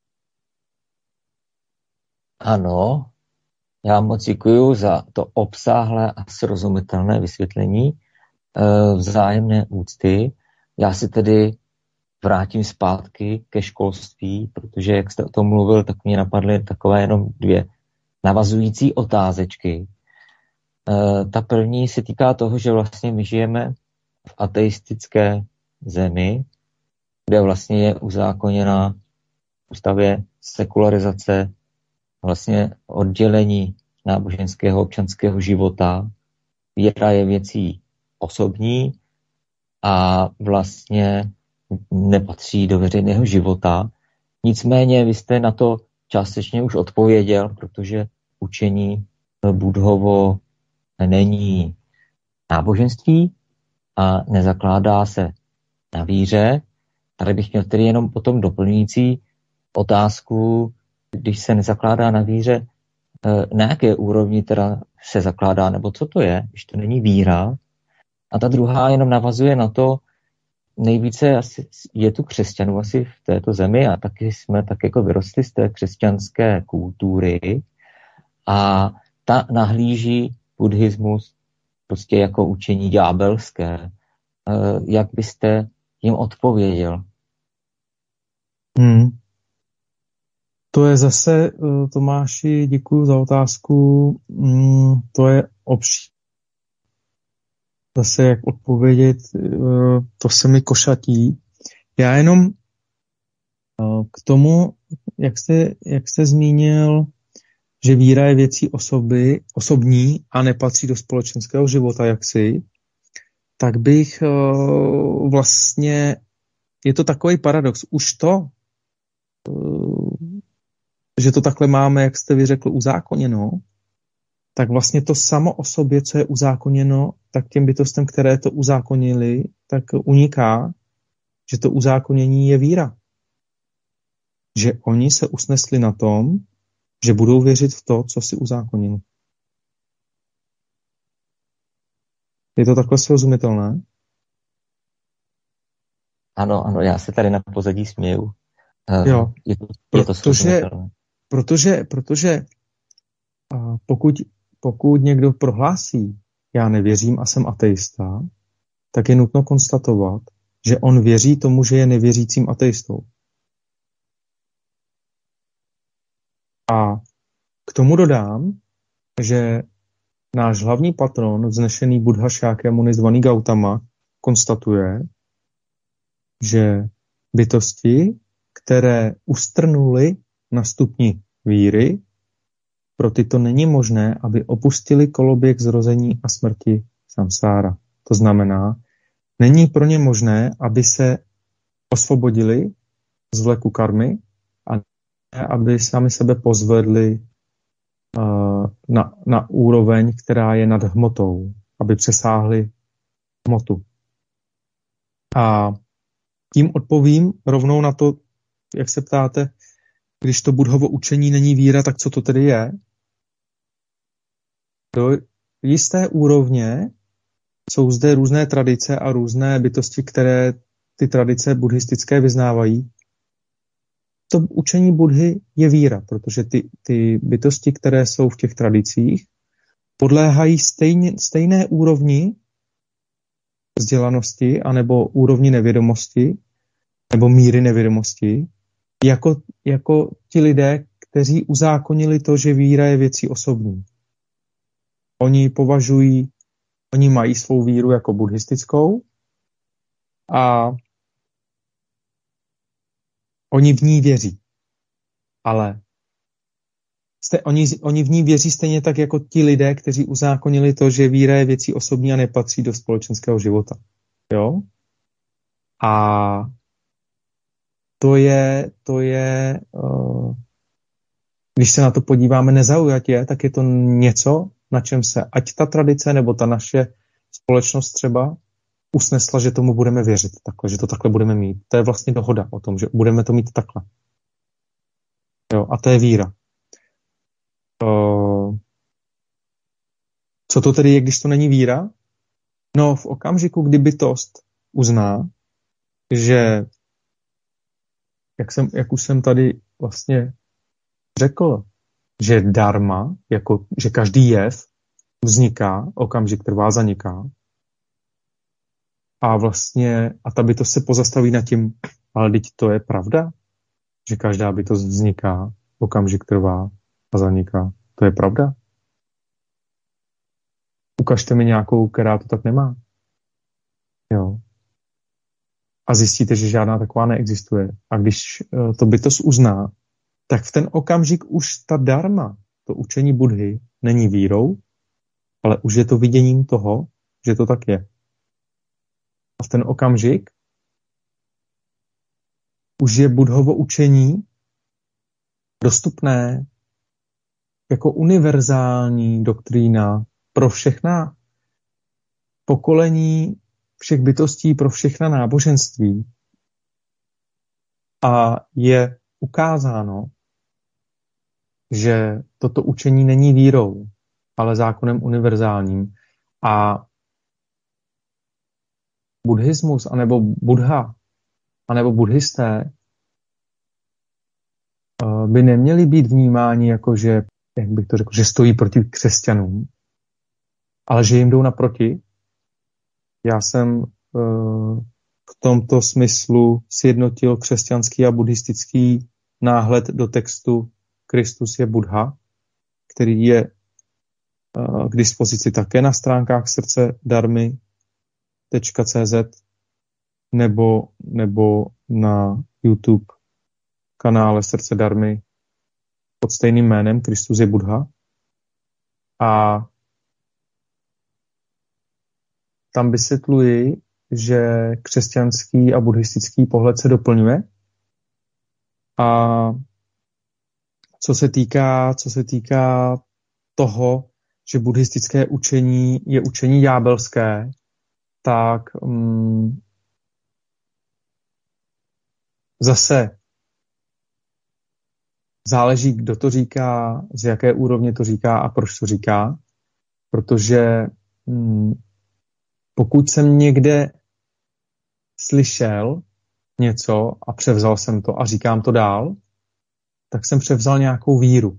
Ano, já moc děkuju za to obsáhlé a srozumitelné vysvětlení uh, vzájemné úcty. Já si tedy vrátím zpátky ke školství, protože jak jste o tom mluvil, tak mě napadly takové jenom dvě navazující otázečky. E, ta první se týká toho, že vlastně my žijeme v ateistické zemi, kde vlastně je uzákoněna v ústavě sekularizace, vlastně oddělení náboženského občanského života. Víra je věcí osobní a vlastně nepatří do veřejného života. Nicméně vy jste na to částečně už odpověděl, protože učení Budhovo není náboženství a nezakládá se na víře. Tady bych měl tedy jenom potom doplňující otázku, když se nezakládá na víře, na jaké úrovni teda se zakládá, nebo co to je, když to není víra. A ta druhá jenom navazuje na to, nejvíce asi je tu křesťanů asi v této zemi a taky jsme tak jako vyrostli z té křesťanské kultury a ta nahlíží buddhismus prostě jako učení ďábelské. Jak byste jim odpověděl? Hmm. To je zase, Tomáši, děkuji za otázku, hmm, to je obší. Zase jak odpovědět, to se mi košatí. Já jenom k tomu, jak jste, jak jste zmínil, že víra je věcí osoby, osobní a nepatří do společenského života jaksi, tak bych vlastně, je to takový paradox. Už to, že to takhle máme, jak jste vy řekl, uzákoněno, tak vlastně to samo o sobě, co je uzákoněno, tak těm bytostem, které to uzákonili, tak uniká, že to uzákonění je víra. Že oni se usnesli na tom, že budou věřit v to, co si uzákonili. Je to takhle srozumitelné? Ano, ano, já se tady na pozadí směju. Jo, je to, je to protože, protože, protože pokud, pokud někdo prohlásí, já nevěřím a jsem ateista, tak je nutno konstatovat, že on věří tomu, že je nevěřícím ateistou. A k tomu dodám, že náš hlavní patron, vznešený Buddha Šákyamuni zvaný Gautama, konstatuje, že bytosti, které ustrnuly na stupni víry, pro ty to není možné, aby opustili koloběh zrození a smrti samsára. To znamená, není pro ně možné, aby se osvobodili z vleku karmy a ne, aby sami sebe pozvedli uh, na, na úroveň, která je nad hmotou, aby přesáhli hmotu. A tím odpovím rovnou na to, jak se ptáte, když to Buddhovo učení není víra, tak co to tedy je? Do jisté úrovně jsou zde různé tradice a různé bytosti, které ty tradice buddhistické vyznávají. To učení Buddhy je víra, protože ty, ty bytosti, které jsou v těch tradicích, podléhají stejně, stejné úrovni vzdělanosti anebo úrovni nevědomosti nebo míry nevědomosti, jako, jako ti lidé, kteří uzákonili to, že víra je věcí osobní. Oni považují, oni mají svou víru jako buddhistickou a oni v ní věří. Ale jste, oni, oni v ní věří stejně tak jako ti lidé, kteří uzákonili to, že víra je věcí osobní a nepatří do společenského života. Jo? A to je, to je uh, když se na to podíváme nezaujatě, tak je to něco, na čem se ať ta tradice nebo ta naše společnost třeba usnesla, že tomu budeme věřit takhle, že to takhle budeme mít. To je vlastně dohoda o tom, že budeme to mít takhle. Jo, a to je víra. Uh, co to tedy je, když to není víra? No, v okamžiku, kdy bytost uzná, že jak, jsem, jak už jsem tady vlastně řekl, že dharma, jako, že každý jev vzniká, okamžik trvá, zaniká. A vlastně, a ta bytost se pozastaví nad tím, ale teď to je pravda, že každá bytost vzniká, okamžik trvá a zaniká. To je pravda. Ukažte mi nějakou, která to tak nemá. Jo. A zjistíte, že žádná taková neexistuje. A když to bytost uzná, tak v ten okamžik už ta dharma, to učení Buddhy, není vírou, ale už je to viděním toho, že to tak je. A v ten okamžik už je Buddhovo učení dostupné jako univerzální doktrína pro všechna pokolení všech bytostí, pro všechna náboženství. A je ukázáno, že toto učení není vírou, ale zákonem univerzálním. A buddhismus, anebo Buddha, anebo buddhisté by neměli být vnímáni jako, že, jak bych to řekl, že stojí proti křesťanům, ale že jim jdou naproti. Já jsem v tomto smyslu sjednotil křesťanský a buddhistický náhled do textu Kristus je Buddha, který je k dispozici také na stránkách srdce darmy tečka cé zet nebo, nebo na YouTube kanále Srdce darmy pod stejným jménem Kristus je Buddha. A tam vysvětluji, že křesťanský a buddhistický pohled se doplňuje. A co se týká, co se týká toho, že buddhistické učení je učení ďábelské, tak um, zase záleží, kdo to říká, z jaké úrovně to říká a proč to říká, protože um, pokud jsem někde slyšel, něco a převzal jsem to a říkám to dál, tak jsem převzal nějakou víru.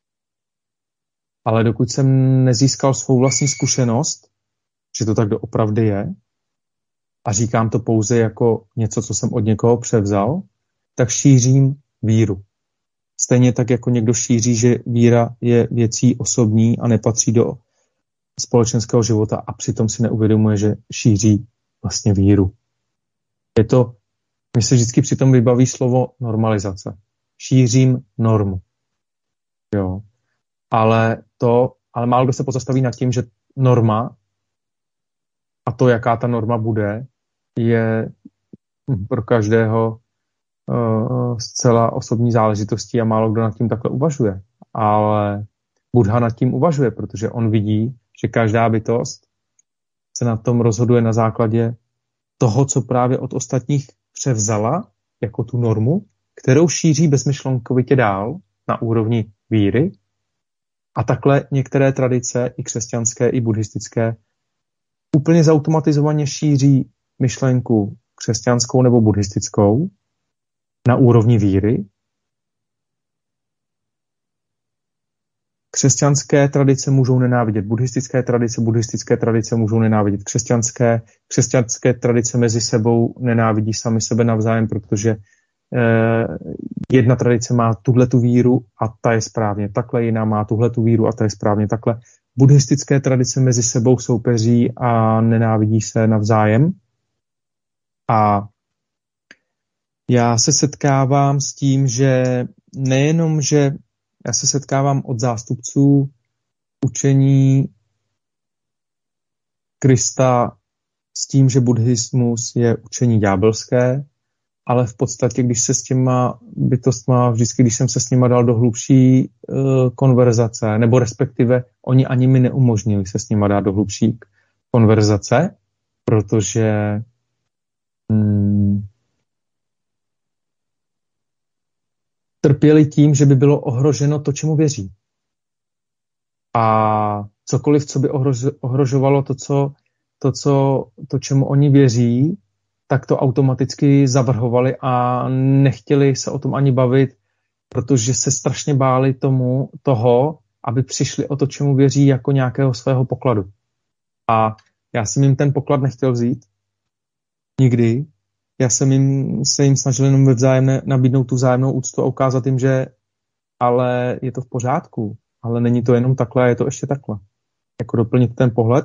Ale dokud jsem nezískal svou vlastní zkušenost, že to tak doopravdy je, a říkám to pouze jako něco, co jsem od někoho převzal, tak šířím víru. Stejně tak, jako někdo šíří, že víra je věcí osobní a nepatří do společenského života a přitom si neuvědomuje, že šíří vlastně víru. Je to, mi se vždycky přitom vybaví slovo normalizace. Šířím normu. Jo. Ale to, ale málo kdo se pozastaví nad tím, že norma a to, jaká ta norma bude, je pro každého uh, zcela osobní záležitostí a málo kdo nad tím takhle uvažuje. Ale Buddha nad tím uvažuje, protože on vidí, že každá bytost se na tom rozhoduje na základě toho, co právě od ostatních převzala jako tu normu, kterou šíří bezmyšlenkovitě dál na úrovni víry. A takhle některé tradice, i křesťanské, i buddhistické, úplně zautomatizovaně šíří myšlenku křesťanskou nebo buddhistickou na úrovni víry. Křesťanské tradice můžou nenávidět buddhistické tradice, buddhistické tradice můžou nenávidět křesťanské, křesťanské tradice mezi sebou nenávidí sami sebe navzájem, protože eh, jedna tradice má tuhletu víru a ta je správně takhle, jiná má tuhletu víru a ta je správně takhle. Buddhistické tradice mezi sebou soupeří a nenávidí se navzájem. A já se setkávám s tím, že nejenom, že já se setkávám od zástupců učení Krista s tím, že buddhismus je učení ďábelské, ale v podstatě, když se s těma bytostma, vždycky, když jsem se s nima dal do hlubší uh, konverzace, nebo respektive oni ani mi neumožnili se s nima dát do hlubší konverzace, protože hmm, trpěli tím, že by bylo ohroženo to, čemu věří. A cokoliv, co by ohrožovalo to, co, to, co, to čemu oni věří, tak to automaticky zavrhovali a nechtěli se o tom ani bavit, protože se strašně báli tomu, toho, aby přišli o to, čemu věří, jako nějakého svého pokladu. A já jsem jim ten poklad nechtěl vzít. Nikdy. Já jsem jim, se jim snažil jenom ve vzájemné, nabídnout tu vzájemnou úctu a ukázat jim, že ale je to v pořádku, ale není to jenom takhle, je to ještě takhle. Jako doplnit ten pohled.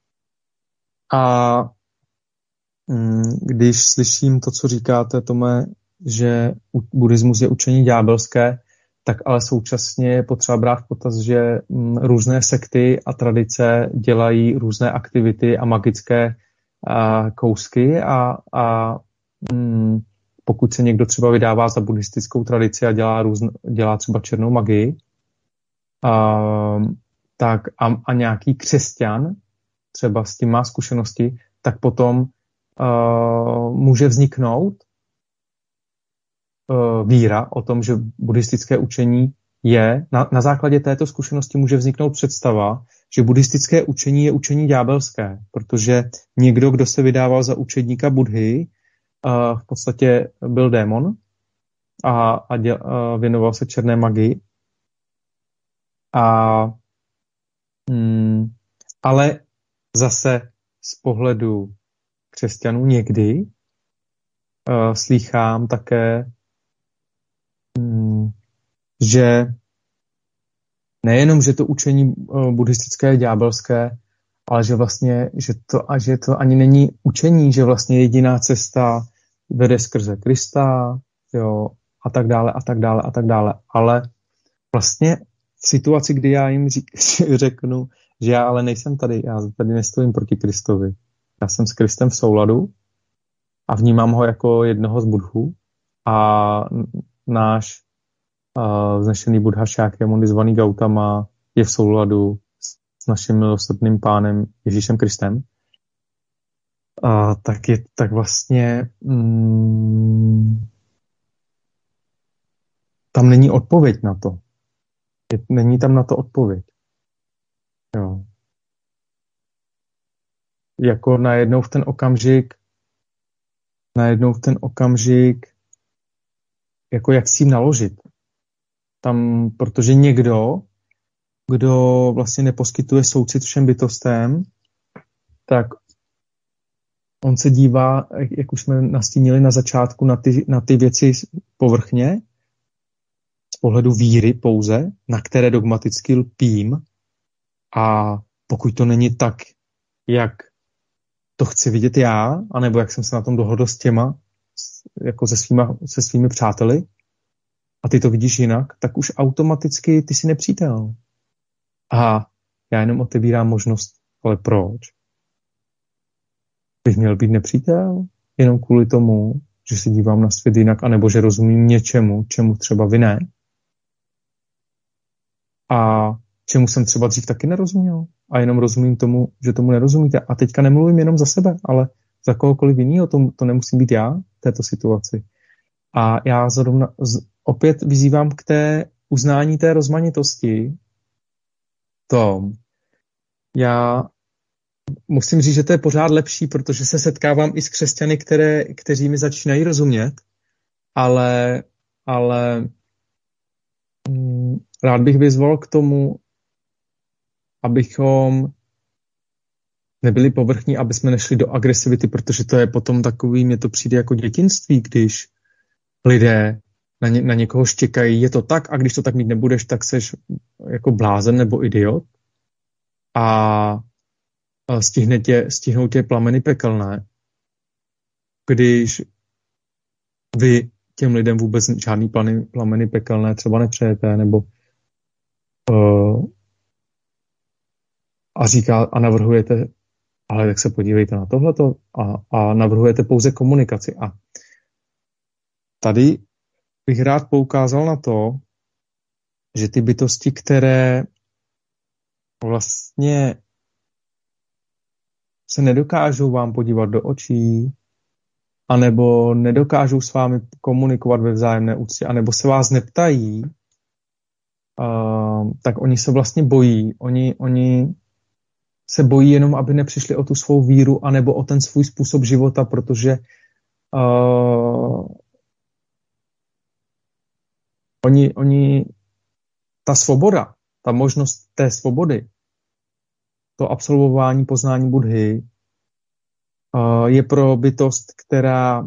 A když slyším to, co říkáte, Tome, že buddhismus je učení ďábelské, tak ale současně je potřeba brát v potaz, že různé sekty a tradice dělají různé aktivity a magické a kousky a, a mm, pokud se někdo třeba vydává za buddhistickou tradici a dělá, různ, dělá třeba černou magii, a, tak a, a nějaký křesťan třeba s tím má zkušenosti, tak potom Uh, může vzniknout uh, víra o tom, že buddhistické učení je, na, na základě této zkušenosti může vzniknout představa, že buddhistické učení je učení ďábelské, protože někdo, kdo se vydával za učedníka Buddhy, uh, v podstatě byl démon a, a děl, uh, věnoval se černé magii. A, mm, ale zase z pohledu křesťanů někdy uh, slýchám také, um, že nejenom, že to učení uh, buddhistické je ďábelské, ale že vlastně, že to, a že to ani není učení, že vlastně jediná cesta vede skrze Krista, jo, a tak dále, a tak dále, a tak dále. Ale vlastně v situaci, kdy já jim řík, řeknu, že já ale nejsem tady, já tady nestojím proti Kristovi, já jsem s Kristem v souladu a vnímám ho jako jednoho z Budhů a náš uh, vznešený Buddha Šákyamuni zvaný Gautama je v souladu s naším milosrdným pánem Ježíšem Kristem. Uh, tak, je, tak vlastně mm, tam není odpověď na to. Je, není tam na to odpověď. Jo. Jako najednou v ten okamžik najednou v ten okamžik, jako jak s tím naložit. Tam, protože někdo, kdo vlastně neposkytuje soucit všem bytostem, tak on se dívá, jak už jsme nastínili na začátku, na ty, na ty věci povrchně, z pohledu víry pouze, na které dogmaticky lpím, a pokud to není tak, jak to chci vidět já, anebo jak jsem se na tom dohodl s těma, jako se, svýma, se svými přáteli, a ty to vidíš jinak, tak už automaticky ty jsi nepřítel. A já jenom otevírám možnost, ale proč? Bych měl být nepřítel? Jenom kvůli tomu, že se dívám na svět jinak, anebo že rozumím něčemu, čemu třeba vy ne. A čemu jsem třeba dřív taky nerozuměl. A jenom rozumím tomu, že tomu nerozumíte. A teďka nemluvím jenom za sebe, ale za kohokoliv jiného, to, to nemusím být já v této situaci. A já zrovna, z, opět vyzývám k té uznání té rozmanitosti. Tom, já musím říct, že to je pořád lepší, protože se setkávám i s křesťany, které, kteří mi začínají rozumět, ale, ale mm, rád bych vyzval k tomu, abychom nebyli povrchní, aby jsme nešli do agresivity, protože to je potom takový, mně to přijde jako dětinství, když lidé na, ně, na někoho štěkají, je to tak, a když to tak mít nebudeš, tak seš jako blázen nebo idiot a stihne tě, stihnou tě plameny pekelné, když vy těm lidem vůbec žádný plany, plameny pekelné třeba nepřejete, nebo uh, a říká a navrhujete, ale tak se podívejte na tohleto, a, a navrhujete pouze komunikaci. A tady bych rád poukázal na to, že ty bytosti, které vlastně se nedokážou vám podívat do očí, anebo nedokážou s vámi komunikovat ve vzájemné úctě, anebo se vás neptají, uh, tak oni se vlastně bojí. Oni, oni se bojí jenom, aby nepřišli o tu svou víru, anebo o ten svůj způsob života, protože uh, oni, oni, ta svoboda, ta možnost té svobody, to absolvování poznání Buddhy uh, je pro bytost, která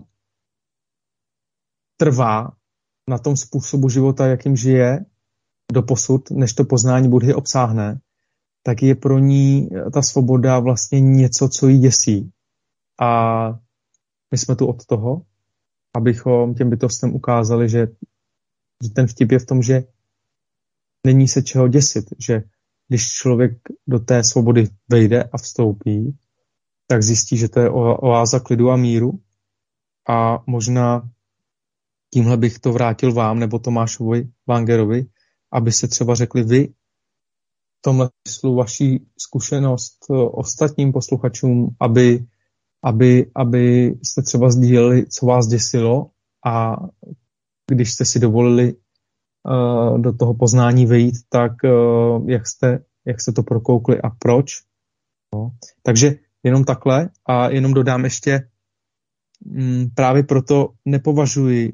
trvá na tom způsobu života, jakým žije doposud, než to poznání Buddhy obsáhne, tak je pro ní ta svoboda vlastně něco, co jí děsí. A my jsme tu od toho, abychom těm bytostem ukázali, že, že ten vtip je v tom, že není se čeho děsit, že když člověk do té svobody vejde a vstoupí, tak zjistí, že to je oáza klidu a míru. A možná tímhle bych to vrátil vám nebo Tomášovi Wangerovi, aby se třeba řekli vy v tomhle smyslu vaší zkušenost ostatním posluchačům, aby, aby, aby jste třeba sdíleli, co vás děsilo, a když jste si dovolili uh, do toho poznání vejít, tak uh, jak, jste, jak jste to prokoukli a proč. No. Takže jenom takhle, a jenom dodám ještě, m, právě proto nepovažuji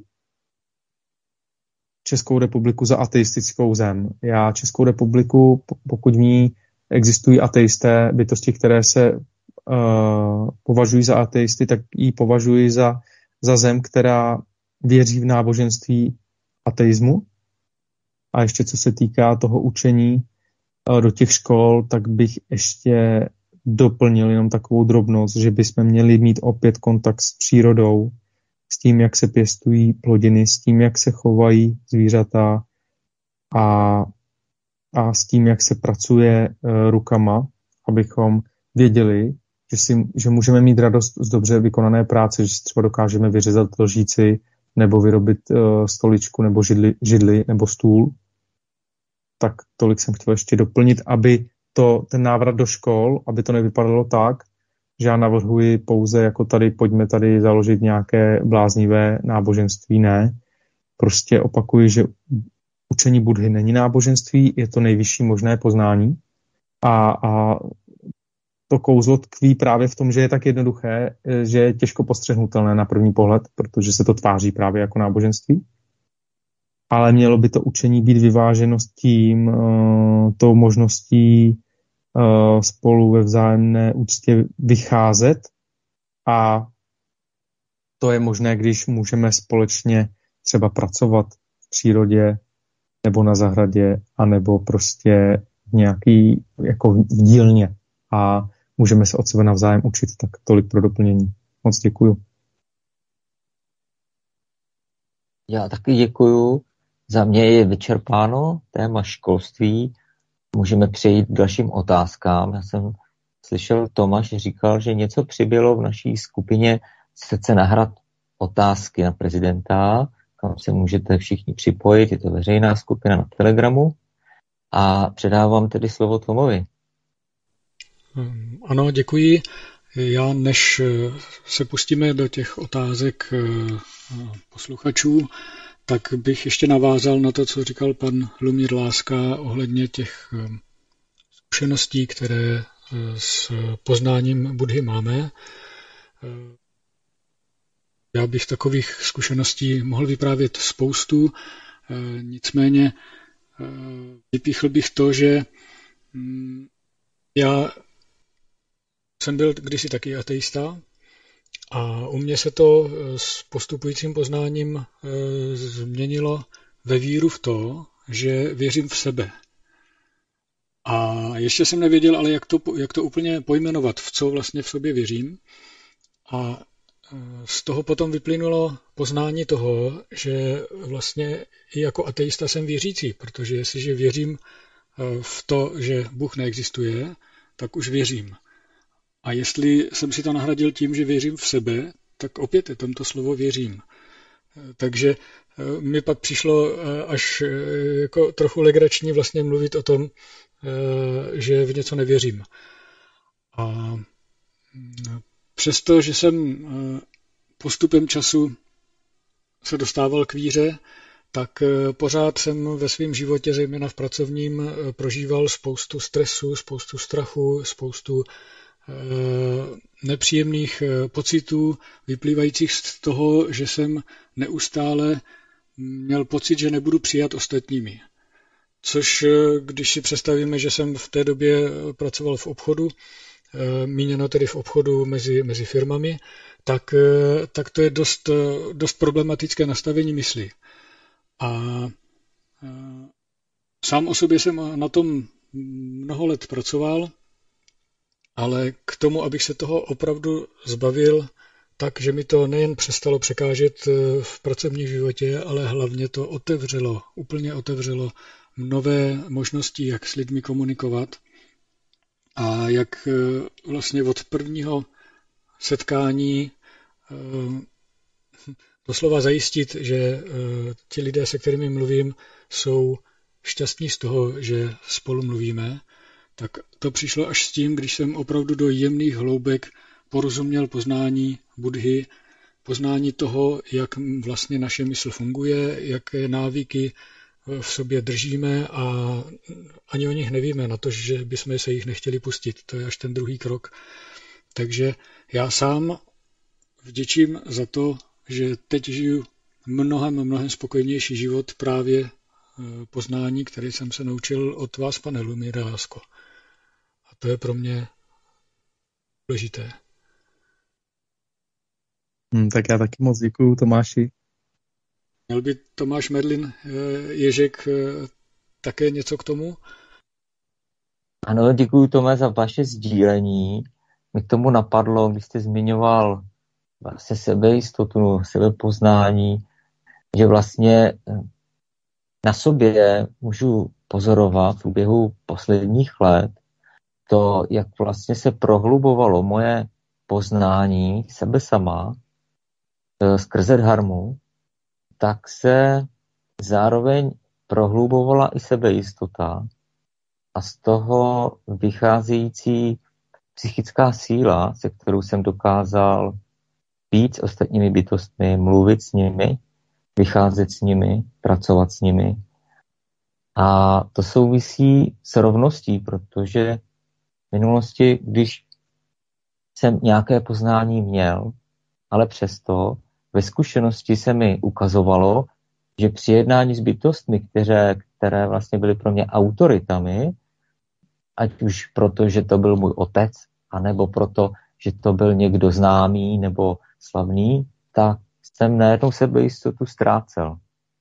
Českou republiku za ateistickou zem. Já Českou republiku, pokud v ní existují ateisté, bytosti, které se uh, považují za ateisty, tak ji považuji za, za zem, která věří v náboženství ateismu. A ještě co se týká toho učení uh, do těch škol, tak bych ještě doplnil jenom takovou drobnost, že bychom měli mít opět kontakt s přírodou, s tím, jak se pěstují plodiny, s tím, jak se chovají zvířata a, a s tím, jak se pracuje e, rukama, abychom věděli, že, si, že můžeme mít radost z dobře vykonané práce, že si třeba dokážeme vyřezat lžíci nebo vyrobit e, stoličku nebo židli, židli nebo stůl. Tak tolik jsem chtěl ještě doplnit, aby to, ten návrat do škol, aby to nevypadalo tak, že já navrhuji pouze jako tady, pojďme tady založit nějaké bláznivé náboženství. Ne. Prostě opakuji, že učení Buddhy není náboženství, je to nejvyšší možné poznání. A, a to kouzlo tkví právě v tom, že je tak jednoduché, že je těžko postřehnutelné na první pohled, protože se to tváří právě jako náboženství. Ale mělo by to učení být vyváženo s tím, uh, tou možností uh, spolu ve vzájemné úctě vycházet, a to je možné, když můžeme společně třeba pracovat v přírodě nebo na zahradě, anebo prostě v nějaký jako v dílně a můžeme se od sebe navzájem učit. Tak tolik pro doplnění. Moc děkuju. Já taky děkuju. Za mě je vyčerpáno téma školství. Můžeme přejít k dalším otázkám. Já jsem slyšel, Tomáš říkal, že něco přibylo v naší skupině, se chce nahrát otázky na prezidenta, kam se můžete všichni připojit, je to veřejná skupina na Telegramu. A předávám tedy slovo Tomovi. Ano, děkuji. Já než se pustíme do těch otázek posluchačů, tak bych ještě navázal na to, co říkal pan Lumír Láska ohledně těch zkušeností, které s poznáním Buddhy máme. Já bych takových zkušeností mohl vyprávět spoustu, nicméně vypíchl bych to, že já jsem byl kdysi taky ateista a u mě se to s postupujícím poznáním změnilo ve víru v to, že věřím v sebe. A ještě jsem nevěděl, ale jak to, jak to úplně pojmenovat, v co vlastně v sobě věřím. A z toho potom vyplynulo poznání toho, že vlastně i jako ateista jsem věřící, protože jestliže věřím v to, že Bůh neexistuje, tak už věřím. A jestli jsem si to nahradil tím, že věřím v sebe, tak opět je tam to slovo věřím. Takže mi pak přišlo až jako trochu legrační vlastně mluvit o tom, že v něco nevěřím. A přesto, že jsem postupem času se dostával k víře, tak pořád jsem ve svém životě, zejména v pracovním, prožíval spoustu stresu, spoustu strachu, spoustu nepříjemných pocitů vyplývajících z toho, že jsem neustále měl pocit, že nebudu přijat ostatními. Což, když si představíme, že jsem v té době pracoval v obchodu, míněno tedy v obchodu mezi, mezi firmami, tak, tak to je dost, dost problematické nastavení mysli. A sám o sobě jsem na tom mnoho let pracoval, ale k tomu, abych se toho opravdu zbavil, tak, že mi to nejen přestalo překážet v pracovním životě, ale hlavně to otevřelo, úplně otevřelo nové možnosti, jak s lidmi komunikovat a jak vlastně od prvního setkání doslova zajistit, že ti lidé, se kterými mluvím, jsou šťastní z toho, že spolu mluvíme, tak to přišlo až s tím, když jsem opravdu do jemných hloubek porozuměl poznání Buddhy, poznání toho, jak vlastně naše mysl funguje, jaké návyky v sobě držíme a ani o nich nevíme, na to, že bychom se jich nechtěli pustit. To je až ten druhý krok. Takže já sám vděčím za to, že teď žiju mnohem, mnohem spokojnější život právě poznání, který jsem se naučil od vás, pane Lumíre Lásko. A to je pro mě důležité. Hmm, tak já taky moc děkuju Tomáši. Měl by Tomáš Merlin Ježek také něco k tomu? Ano, děkuju Tome za vaše sdílení. Mi k tomu napadlo, když jste zmiňoval vlastně sebejistotu, sebepoznání, že vlastně na sobě můžu pozorovat v průběhu posledních let to, jak vlastně se prohlubovalo moje poznání sebe sama skrze dharmu, tak se zároveň prohlubovala i sebejistota a z toho vycházející psychická síla, se kterou jsem dokázal být s ostatními bytostmi, mluvit s nimi, vycházet s nimi, pracovat s nimi. A to souvisí s rovností, protože v minulosti, když jsem nějaké poznání měl, ale přesto ve zkušenosti se mi ukazovalo, že při jednání s bytostmi, které, které vlastně byly pro mě autoritami, ať už proto, že to byl můj otec, anebo proto, že to byl někdo známý nebo slavný, tak jsem najednou sebejistotu ztrácel.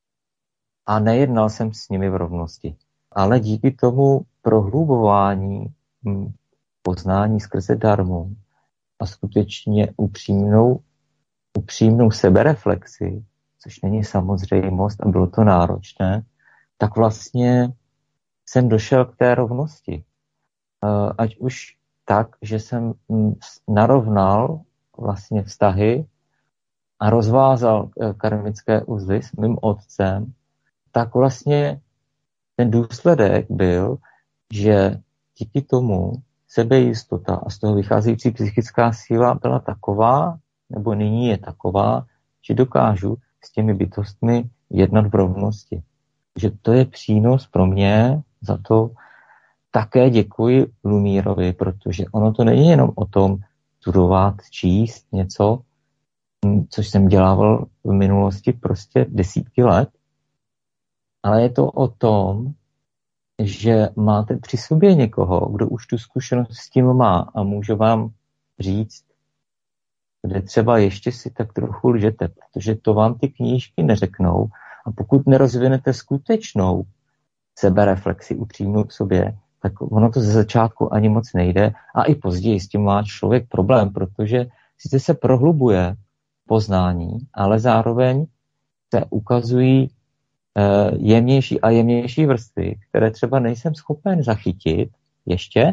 A nejednal jsem s nimi v rovnosti. Ale díky tomu prohlubování poznání skrze darmu a skutečně upřímnou, upřímnou sebereflexi, což není samozřejmost a bylo to náročné, tak vlastně jsem došel k té rovnosti. Ať už tak, že jsem narovnal vlastně vztahy a rozvázal karmické uzly s mým otcem, tak vlastně ten důsledek byl, že díky tomu sebejistota a z toho vycházející psychická síla byla taková, nebo nyní je taková, že dokážu s těmi bytostmi jednat v rovnosti. Že to je přínos pro mě, za to také děkuji Lumírovi, protože ono to není jenom o tom studovat, číst něco, což jsem dělával v minulosti prostě desítky let, ale je to o tom, že máte při sobě někoho, kdo už tu zkušenost s tím má a může vám říct, kde třeba ještě si tak trochu lžete, protože to vám ty knížky neřeknou a pokud nerozvinete skutečnou sebereflexi upřímnou k sobě, tak ono to ze začátku ani moc nejde a i později s tím má člověk problém, protože sice se prohlubuje poznání, ale zároveň se ukazují eh, jemnější a jemnější vrstvy, které třeba nejsem schopen zachytit ještě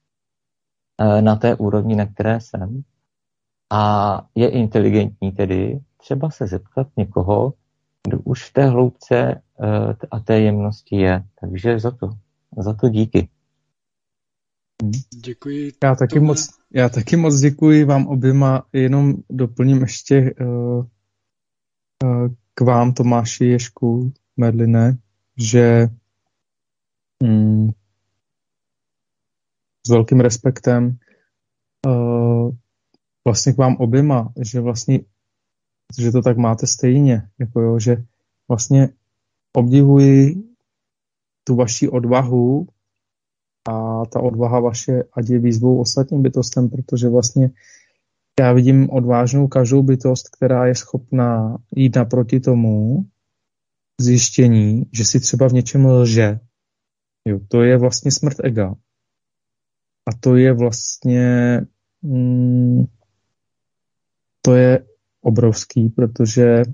eh, na té úrovni, na které jsem. A je inteligentní tedy třeba se zeptat někoho, kdo už v té hloubce uh, a té jemnosti je. Takže za to, za to díky. Děkuji. Já taky, moc, já taky moc děkuji vám oběma. Jenom doplním ještě uh, uh, k vám, Tomáši, Ježku, Merline, že um, s velkým respektem uh, vlastně k vám oběma, že vlastně, že to tak máte stejně, jako jo, že vlastně obdivuji tu vaši odvahu a ta odvaha vaše, ať je výzvou ostatním bytostem, protože vlastně já vidím odvážnou každou bytost, která je schopná jít naproti tomu zjištění, že si třeba v něčem lže. Jo, to je vlastně smrt ega. A to je vlastně mm, to je obrovský, protože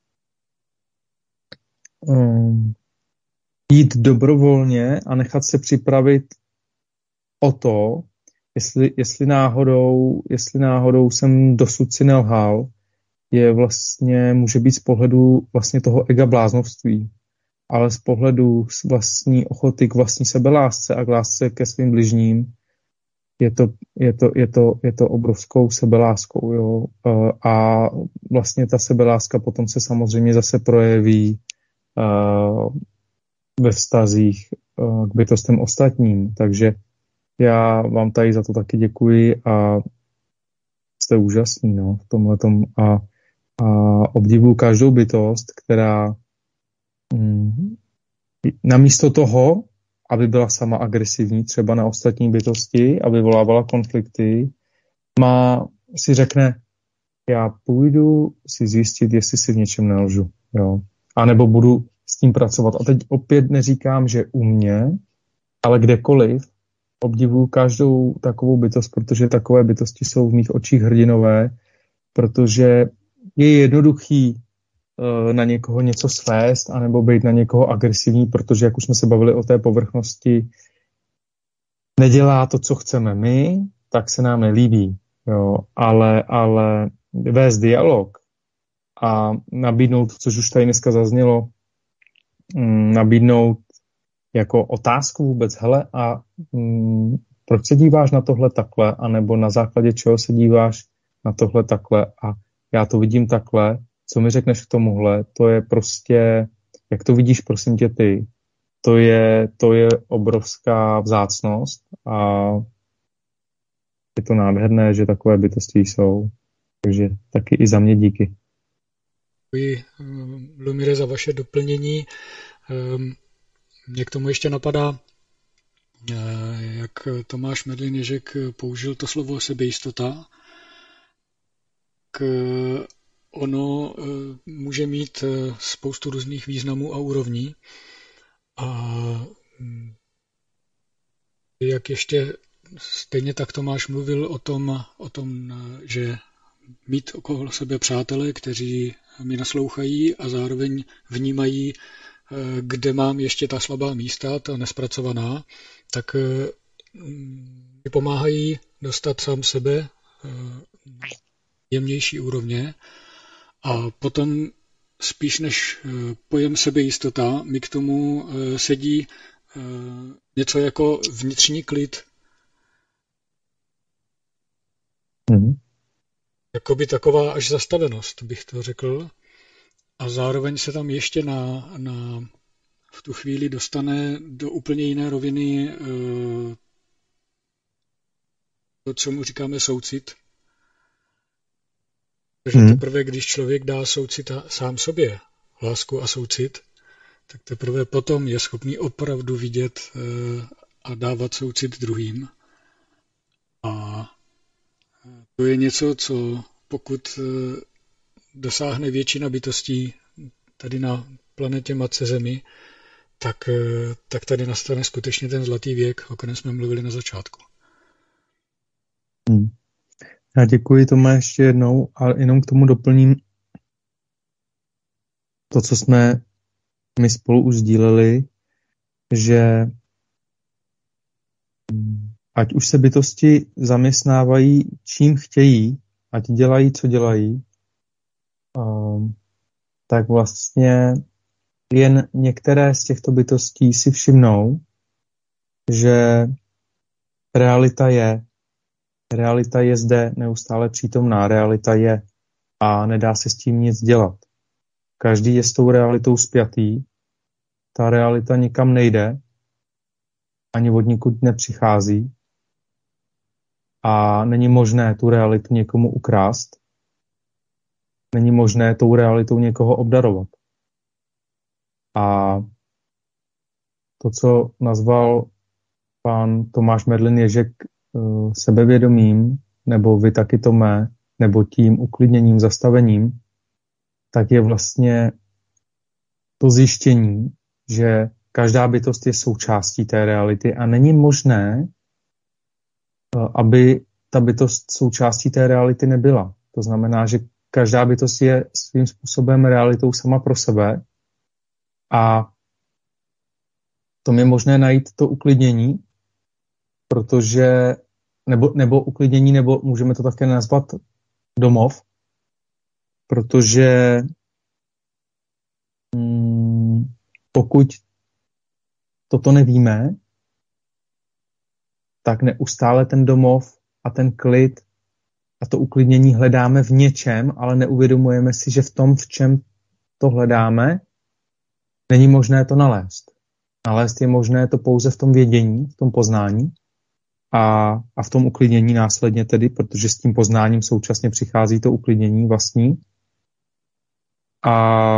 um, jít dobrovolně a nechat se připravit o to, jestli, jestli, náhodou, jestli náhodou jsem dosud si nelhal, je vlastně, může být z pohledu vlastně toho ega bláznovství, ale z pohledu vlastní ochoty k vlastní sebelásce a k lásce ke svým bližním je to, je to, je to, je to obrovskou sebeláskou. Jo? A vlastně ta sebeláska potom se samozřejmě zase projeví uh, ve vztazích uh, k bytostem ostatním. Takže já vám tady za to taky děkuji a jste úžasný, no, v tomhletom a, a obdivuju každou bytost, která mm, namísto toho, aby byla sama agresivní třeba na ostatní bytosti a vyvolávala konflikty, má, si řekne, já půjdu si zjistit, jestli si v něčem nelžu. Jo. A nebo budu s tím pracovat. A teď opět neříkám, že u mě, ale kdekoliv obdivuju každou takovou bytost, protože takové bytosti jsou v mých očích hrdinové, protože je jednoduchý na někoho něco svést, anebo být na někoho agresivní, protože, jak už jsme se bavili o té povrchnosti, nedělá to, co chceme my, tak se nám nelíbí. Jo. Ale, ale vést dialog a nabídnout, což už tady dneska zaznělo, nabídnout jako otázku vůbec, hele, a mm, proč se díváš na tohle takhle, anebo na základě čeho se díváš na tohle takhle a já to vidím takhle, co mi řekneš k tomuhle, to je prostě, jak to vidíš, prosím tě ty, to je, to je obrovská vzácnost a je to nádherné, že takové bytosti jsou. Takže taky i za mě díky. Děkuji, Lumire, za vaše doplnění. Mě k tomu ještě napadá, jak Tomáš Medlin Ježek použil to slovo sebejistota, k ono může mít spoustu různých významů a úrovní. A jak ještě stejně tak Tomáš mluvil o tom, o tom, že mít okolo sebe přátele, kteří mi naslouchají a zároveň vnímají, kde mám ještě ta slabá místa, ta nespracovaná, tak mi pomáhají dostat sám sebe na jemnější úrovně. A potom spíš než pojem sebejistota, mi k tomu sedí něco jako vnitřní klid. Mm. Jakoby taková až zastavenost, bych to řekl. A zároveň se tam ještě na, na v tu chvíli dostane do úplně jiné roviny to, co mu říkáme soucit. Takže Mm. teprve, když člověk dá soucit sám sobě, lásku a soucit, tak teprve potom je schopný opravdu vidět a dávat soucit druhým. A to je něco, co pokud dosáhne většina bytostí tady na planetě Matce Zemi, tak, tak tady nastane skutečně ten zlatý věk, o kterém jsme mluvili na začátku. Hmm. Já děkuji, Tome, ještě jednou, ale jenom k tomu doplním to, co jsme my spolu už sdíleli, že ať už se bytosti zaměstnávají čím chtějí, ať dělají, co dělají, um, tak vlastně jen některé z těchto bytostí si všimnou, že realita je. Realita je zde neustále přítomná, realita je a nedá se s tím nic dělat. Každý je s tou realitou spjatý, ta realita nikam nejde, ani od nikud nepřichází a není možné tu realitu někomu ukrást, není možné tou realitou někoho obdarovat. A to, co nazval pán Tomáš Medlin Ježek sebevědomím, nebo vy taky, Tome, nebo tím uklidněním, zastavením, tak je vlastně to zjištění, že každá bytost je součástí té reality a není možné, aby ta bytost součástí té reality nebyla. To znamená, že každá bytost je svým způsobem realitou sama pro sebe a to je možné najít to uklidnění, protože nebo, nebo uklidnění, nebo můžeme to také nazvat domov, protože hmm, pokud toto nevíme, tak neustále ten domov a ten klid a to uklidnění hledáme v něčem, ale neuvědomujeme si, že v tom, v čem to hledáme, není možné to nalézt. Nalézt je možné to pouze v tom vědění, v tom poznání a, a v tom uklidnění následně tedy, protože s tím poznáním současně přichází to uklidnění vlastní. A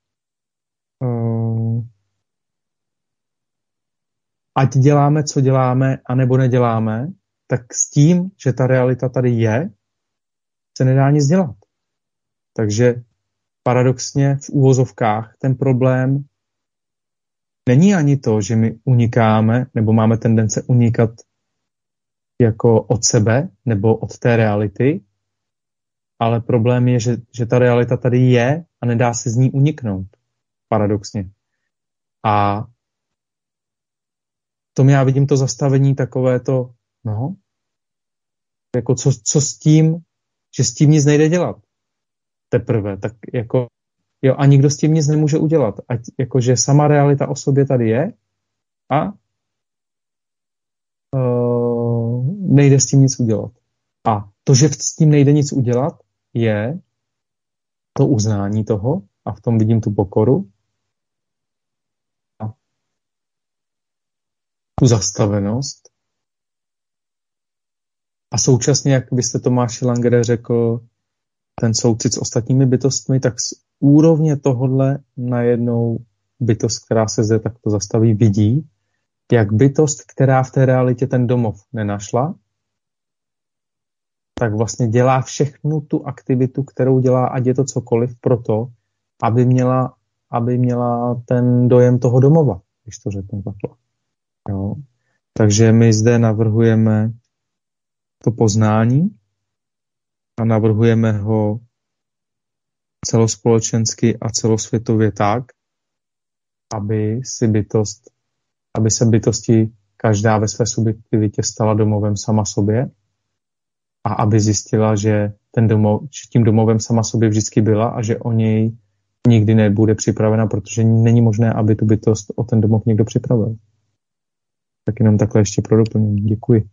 uh, ať děláme, co děláme, anebo neděláme, tak s tím, že ta realita tady je, se nedá nic dělat. Takže paradoxně v úvozovkách ten problém není ani to, že my unikáme, nebo máme tendence unikat jako od sebe, nebo od té reality, ale problém je, že, že ta realita tady je a nedá se z ní uniknout. Paradoxně. A v tom já vidím to zastavení takové to, no, jako co, co s tím, že s tím nic nejde dělat. Teprve, tak jako, jo, a nikdo s tím nic nemůže udělat. Ať, jakože sama realita o sobě tady je a uh, nejde s tím nic udělat. A to, že s tím nejde nic udělat, je to uznání toho, a v tom vidím tu pokoru, a tu zastavenost A současně, jak byste Tomáš Langer řekl, ten soucit s ostatními bytostmi, tak z úrovně tohodle najednou bytost, která se zde takto zastaví, vidí, jak bytost, která v té realitě ten domov nenašla, tak vlastně dělá všechnu tu aktivitu, kterou dělá, ať je to cokoliv, proto, aby měla, aby měla ten dojem toho domova, když to řeknu takhle. Jo. Takže my zde navrhujeme to poznání a navrhujeme ho celospolečensky a celosvětově tak, aby si bytost, aby se bytosti každá ve své subjektivitě stala domovem sama sobě a aby zjistila, že ten domov, že tím domovem sama sobě vždycky byla a že o něj nikdy nebude připravena, protože není možné, aby tu bytost o ten domov někdo připravil. Tak jenom takhle ještě pro doplnění. Děkuji.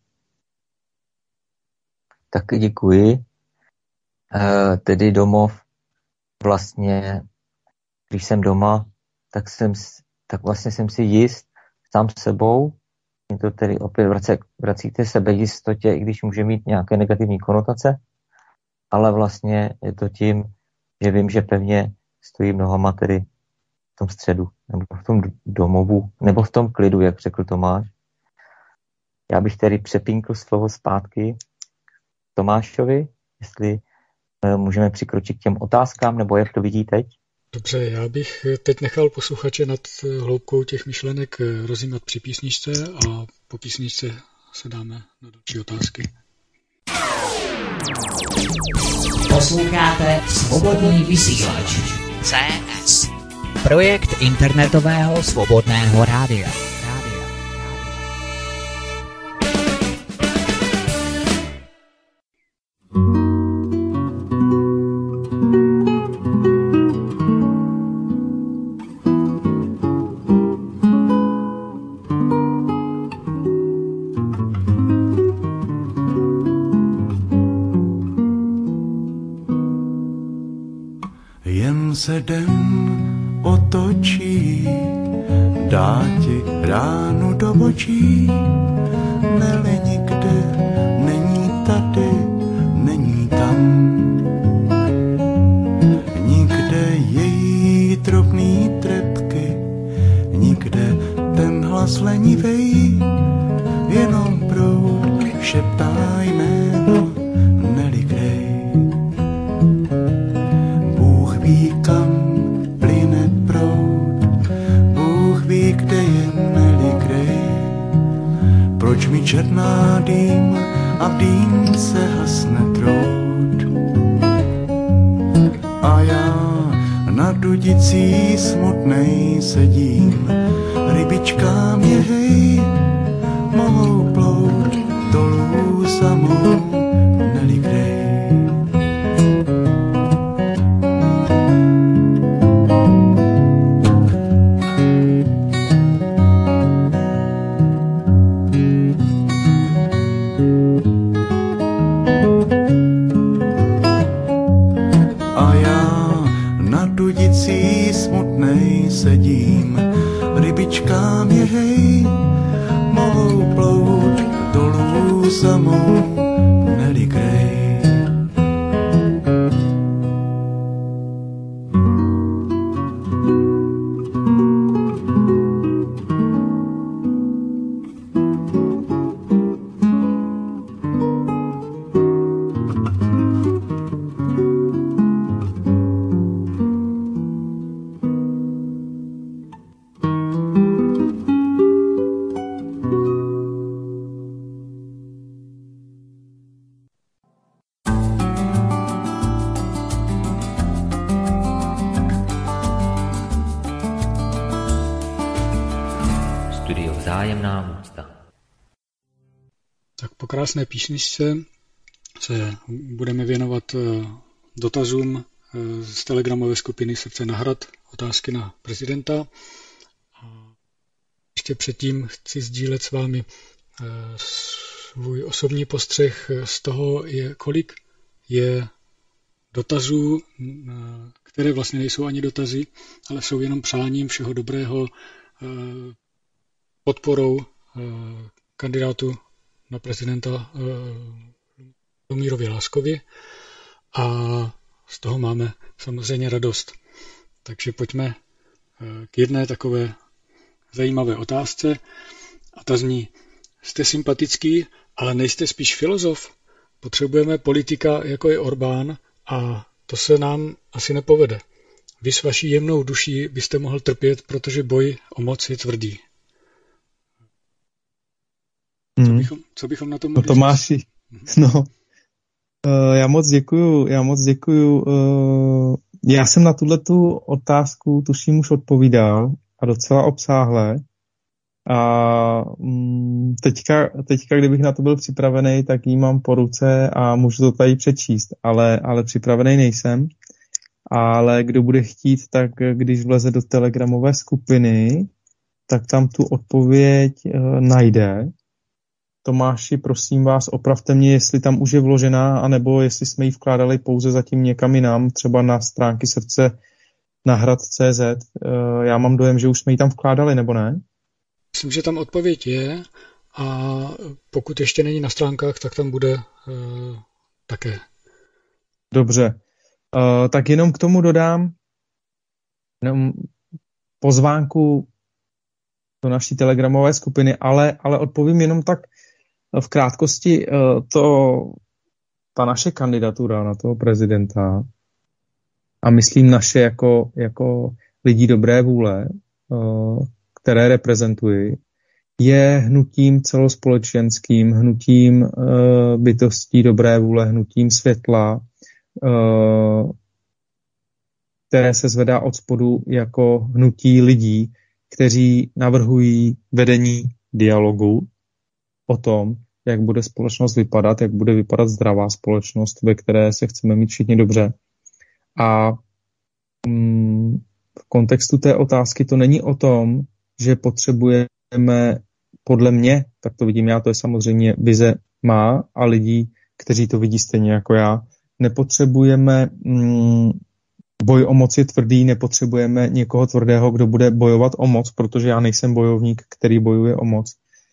Taky děkuji. E, tedy domov, vlastně, když jsem doma, tak, jsem, tak vlastně jsem si jist sám sebou. Je to tedy opět vrací, vrací k té sebejistotě, i když může mít nějaké negativní konotace, ale vlastně je to tím, že vím, že pevně stojím nohama tedy v tom středu, nebo v tom domovu, nebo v tom klidu, jak řekl Tomáš. Já bych tedy přepínkl slovo zpátky Tomášovi, jestli můžeme přikročit k těm otázkám, nebo jak to vidí teď? Dobře, já bych teď nechal posluchače nad hloubkou těch myšlenek rozjímat při písničce a po písničce se dáme na další otázky. Posloucháte Svobodný vysílač C S, projekt internetového svobodného rádia. Se den otočí, dá ti ránu do očí, neli nikde, není tady, není tam. Nikde její drobný trepky, nikde ten hlas lenivej, jenom proud šeptá jméno, neli krej. Kam plyne proud, Bůh ví, kde je Neli Gray. Proč mi černá dým a v dýmce hasne trout? A já na dudicí smutnej sedím, rybičkám je hej, mohou plout dolů za mou Neli Gray. Sedím, rybičkám je hej, mohou plout dolů za mou Neli Gray. Vzájemná úcta. Tak po krásné písničce se budeme věnovat dotazům z telegramové skupiny Srdce na hrad, otázky na prezidenta. A ještě předtím chci sdílet s vámi svůj osobní postřeh z toho, je, kolik je dotazů, které vlastně nejsou ani dotazy, ale jsou jenom přáním všeho dobrého, podporou kandidátu na prezidenta Mírově Láskovi a z toho máme samozřejmě radost. Takže pojďme k jedné takové zajímavé otázce a ta zní: jste sympatický, ale nejste spíš filozof? Potřebujeme politika, jako je Orbán, a to se nám asi nepovede. Vy s vaší jemnou duší byste mohl trpět, protože boj o moc je tvrdý. Hmm. Co, bychom, co bychom na tom mohli no, Tomáši, říct? No, uh, já moc děkuju, já moc děkuju. Uh, já jsem na tuhletu otázku tuším už odpovídal a docela obsáhle. A um, teďka, teďka, kdybych na to byl připravený, tak ji mám po ruce a můžu to tady přečíst, ale, ale připravený nejsem. Ale kdo bude chtít, tak když vleze do telegramové skupiny, tak tam tu odpověď uh, najde. Tomáši, prosím vás, opravte mě, jestli tam už je vložená, anebo jestli jsme ji vkládali pouze zatím někam jinam, třeba na stránky srdce na hrad tečka cé zet. Uh, já mám dojem, že už jsme ji tam vkládali, nebo ne? Myslím, že tam odpověď je a pokud ještě není na stránkách, tak tam bude uh, také. Dobře. Uh, tak jenom k tomu dodám jenom pozvánku do naší telegramové skupiny, ale, ale odpovím jenom tak v krátkosti. Uh, to, ta naše kandidatura na toho prezidenta a myslím naše jako, jako lidí dobré vůle, uh, které reprezentuji, je hnutím celospolečenským, hnutím uh, bytostí dobré vůle, hnutím světla, uh, které se zvedá od spodu jako hnutí lidí, kteří navrhují vedení dialogu o tom, jak bude společnost vypadat, jak bude vypadat zdravá společnost, ve které se chceme mít všichni dobře. A um, v kontextu té otázky to není o tom, že potřebujeme, podle mě, tak to vidím já, to je samozřejmě vize má a lidí, kteří to vidí stejně jako já, nepotřebujeme mm, boj o moc je tvrdý, nepotřebujeme někoho tvrdého, kdo bude bojovat o moc, protože já nejsem bojovník, který bojuje o moc.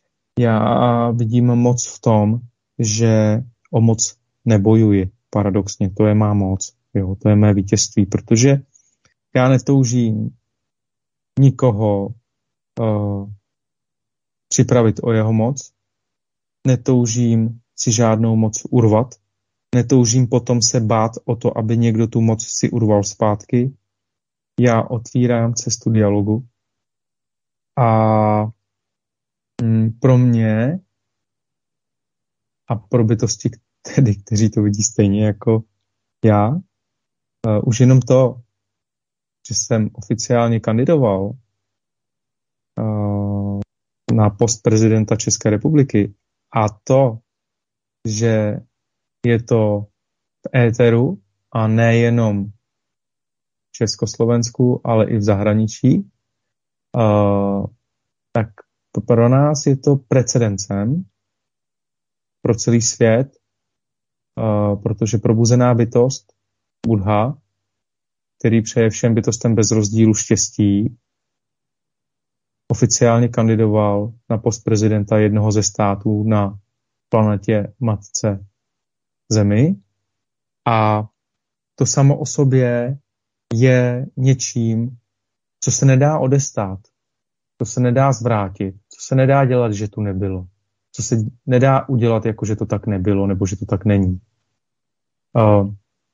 Já vidím moc v tom, že o moc nebojuji, paradoxně, to je má moc, jo, to je mé vítězství, protože já netoužím nikoho Uh, připravit o jeho moc, netoužím si žádnou moc urvat, netoužím potom se bát o to, aby někdo tu moc si urval zpátky. Já otvírám cestu dialogu a mm, pro mě a pro bytosti, tedy, kteří to vidí stejně jako já, uh, už jenom to, že jsem oficiálně kandidoval na post prezidenta České republiky a to, že je to v éteru a nejenom v Československu, ale i v zahraničí, uh, tak pro nás je to precedencem pro celý svět, uh, protože probuzená bytost, Buddha, který přeje všem bytostem bez rozdílu štěstí, oficiálně kandidoval na post prezidenta jednoho ze států na planetě Matce Zemi. A to samo o sobě je něčím, co se nedá odestát, co se nedá zvrátit, co se nedá dělat, že tu nebylo, co se nedá udělat, jako že to tak nebylo, nebo že to tak není. Uh,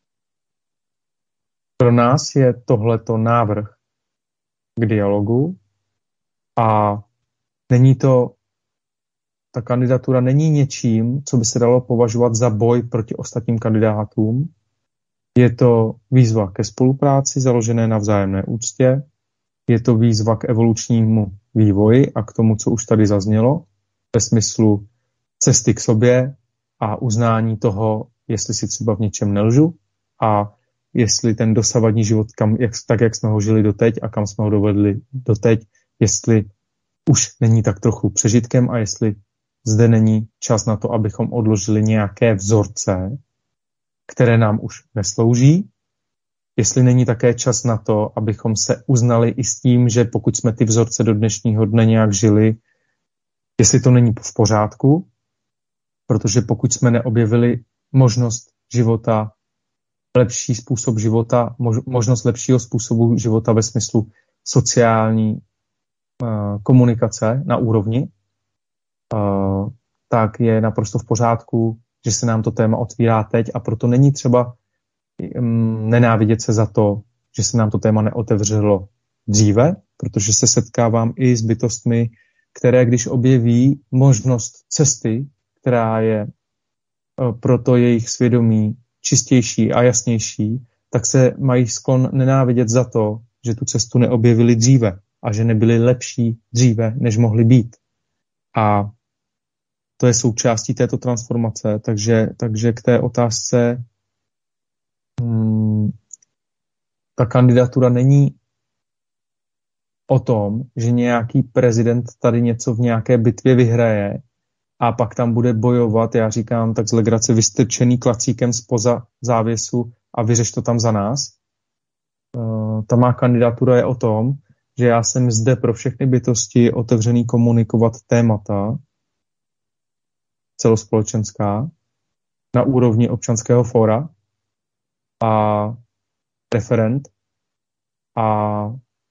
pro nás je tohleto návrh k dialogu, a není to, ta kandidatura není něčím, co by se dalo považovat za boj proti ostatním kandidátům. Je to výzva ke spolupráci založené na vzájemné úctě, je to výzva k evolučnímu vývoji a k tomu, co už tady zaznělo, ve smyslu cesty k sobě a uznání toho, jestli si třeba v něčem nelžu a jestli ten dosavadní život, kam, jak, tak jak jsme ho žili doteď a kam jsme ho dovedli doteď, jestli už není tak trochu přežitkem a jestli zde není čas na to, abychom odložili nějaké vzorce, které nám už neslouží, jestli není také čas na to, abychom se uznali i s tím, že pokud jsme ty vzorce do dnešního dne nějak žili, jestli to není v pořádku, protože pokud jsme neobjevili možnost života, lepší způsob života, možnost lepšího způsobu života ve smyslu sociální uh, komunikace na úrovni, uh, tak je naprosto v pořádku, že se nám to téma otvírá teď a proto není třeba um, nenávidět se za to, že se nám to téma neotevřelo dříve, protože se setkávám i s bytostmi, které když objeví možnost cesty, která je uh, pro to jejich svědomí čistější a jasnější, tak se mají sklon nenávidět za to, že tu cestu neobjevili dříve a že nebyli lepší dříve, než mohli být. A to je součástí této transformace, takže, takže k té otázce hmm, ta kandidatura není o tom, že nějaký prezident tady něco v nějaké bitvě vyhraje a pak tam bude bojovat, já říkám tak z legrace, vystrčený klacíkem spoza závěsu a vyřeš to tam za nás. Uh, ta má kandidatura je o tom, že já jsem zde pro všechny bytosti otevřený komunikovat témata celospolečenská na úrovni občanského fóra a referent a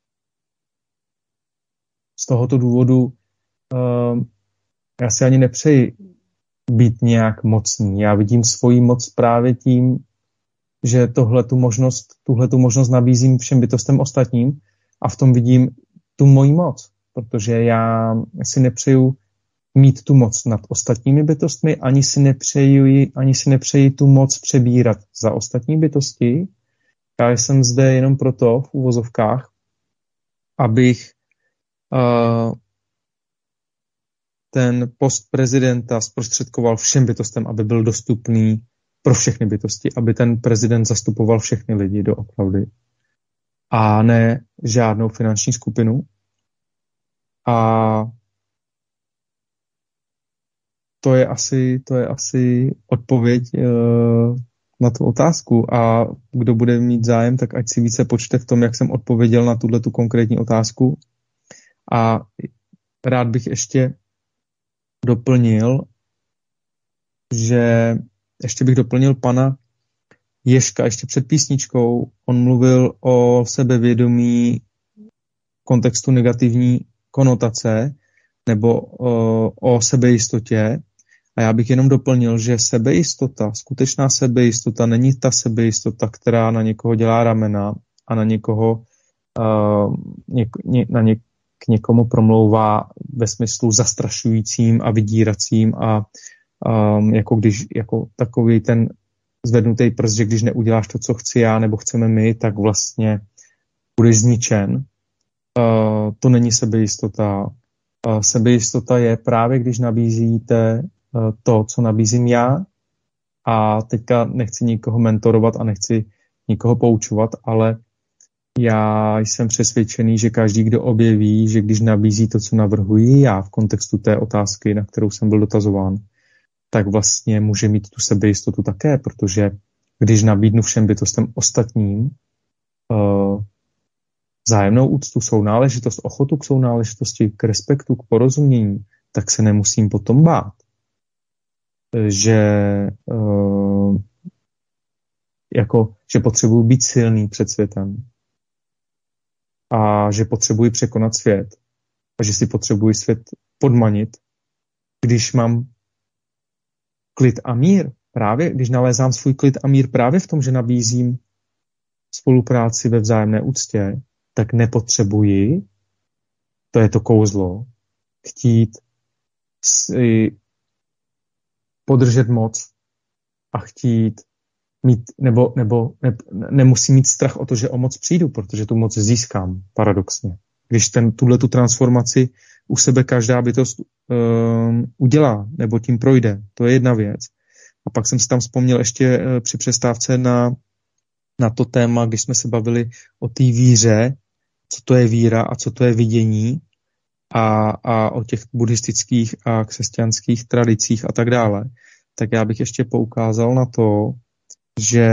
z tohoto důvodu uh, já si ani nepřeji být nějak mocný. Já vidím svoji moc právě tím, že tuhletu možnost, tuhletu možnost nabízím všem bytostem ostatním a v tom vidím tu moji moc, protože já si nepřeju mít tu moc nad ostatními bytostmi, ani si nepřeji, ani si nepřeji tu moc přebírat za ostatní bytosti. Já jsem zde jenom proto v uvozovkách, abych uh, ten post prezidenta zprostředkoval všem bytostem, aby byl dostupný pro všechny bytosti, aby ten prezident zastupoval všechny lidi doopravdy a ne žádnou finanční skupinu. A to je asi, to je asi odpověď uh, na tu otázku. A kdo bude mít zájem, tak ať si více počte v tom, jak jsem odpověděl na tuhletu konkrétní otázku. A rád bych ještě doplnil, že ještě bych doplnil pana Ježka, ještě před písničkou, on mluvil o sebevědomí v kontextu negativní konotace nebo o, o sebejistotě. A já bych jenom doplnil, že sebejistota, skutečná sebejistota není ta sebejistota, která na někoho dělá ramena a na někoho uh, něk, ně, na něk, k někomu promlouvá ve smyslu zastrašujícím a vydíracím a um, jako když jako takový ten zvednutý prst, že když neuděláš to, co chci já nebo chceme my, tak vlastně budeš zničen. Uh, to není sebejistota. Uh, sebejistota je právě, když nabízíte uh, to, co nabízím já a teďka nechci nikoho mentorovat a nechci nikoho poučovat, ale já jsem přesvědčený, že každý, kdo objeví, že když nabízí to, co navrhuji já v kontextu té otázky, na kterou jsem byl dotazován, tak vlastně může mít tu sebejistotu také, protože když nabídnu všem bytostem ostatním uh, vzájemnou úctu, sounáležitost, ochotu k sounáležitosti, k respektu, k porozumění, tak se nemusím potom bát, že uh, jako, že potřebuji být silný před světem a že potřebuji překonat svět a že si potřebuji svět podmanit, když mám klid a mír. Právě, když nalézám svůj klid a mír právě v tom, že nabízím spolupráci ve vzájemné úctě, tak nepotřebuji, to je to kouzlo, chtít si podržet moc a chtít mít, nebo, nebo ne, nemusím mít strach o to, že o moc přijdu, protože tu moc získám, paradoxně. Když ten, tuhletu transformaci u sebe každá bytost um, udělá, nebo tím projde, to je jedna věc. A pak jsem si tam vzpomněl ještě uh, při přestávce na, na to téma, když jsme se bavili o té víře, co to je víra a co to je vidění a, a o těch buddhistických a křesťanských tradicích a tak dále. Tak já bych ještě poukázal na to, že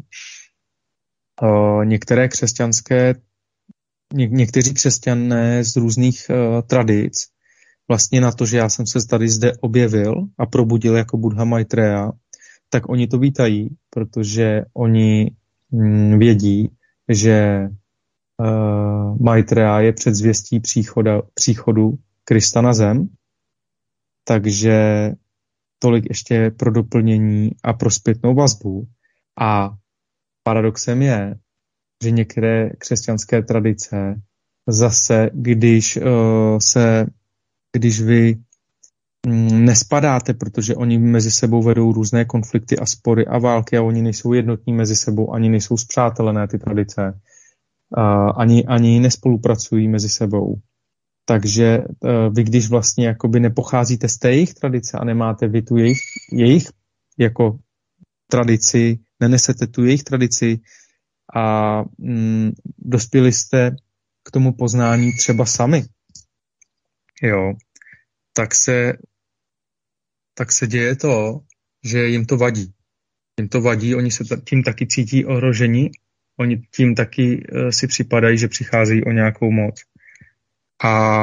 uh, některé křesťanské, ně, někteří křesťané z různých uh, tradic, vlastně na to, že já jsem se tady zde objevil a probudil jako Buddha Maitreya, tak oni to vítají, protože oni mm, vědí, že uh, Maitreya je předzvěstí příchoda, příchodu Krista na zem, takže tolik ještě pro doplnění a pro zpětnou vazbu. A paradoxem je, že některé křesťanské tradice zase, když uh, se, když vy mm, nespadáte, protože oni mezi sebou vedou různé konflikty a spory a války a oni nejsou jednotní mezi sebou, ani nejsou spřátelené ty tradice, uh, ani, ani nespolupracují mezi sebou. Takže uh, vy, když vlastně jakoby nepocházíte z té jejich tradice a nemáte vy tu jejich, jejich jako tradici, nenesete tu jejich tradici a mm, dospěli jste k tomu poznání třeba sami, jo, tak se, tak se děje to, že jim to vadí. Jim to vadí, oni se tím taky cítí ohroženi, oni tím taky uh, si připadají, že přicházejí o nějakou moc. A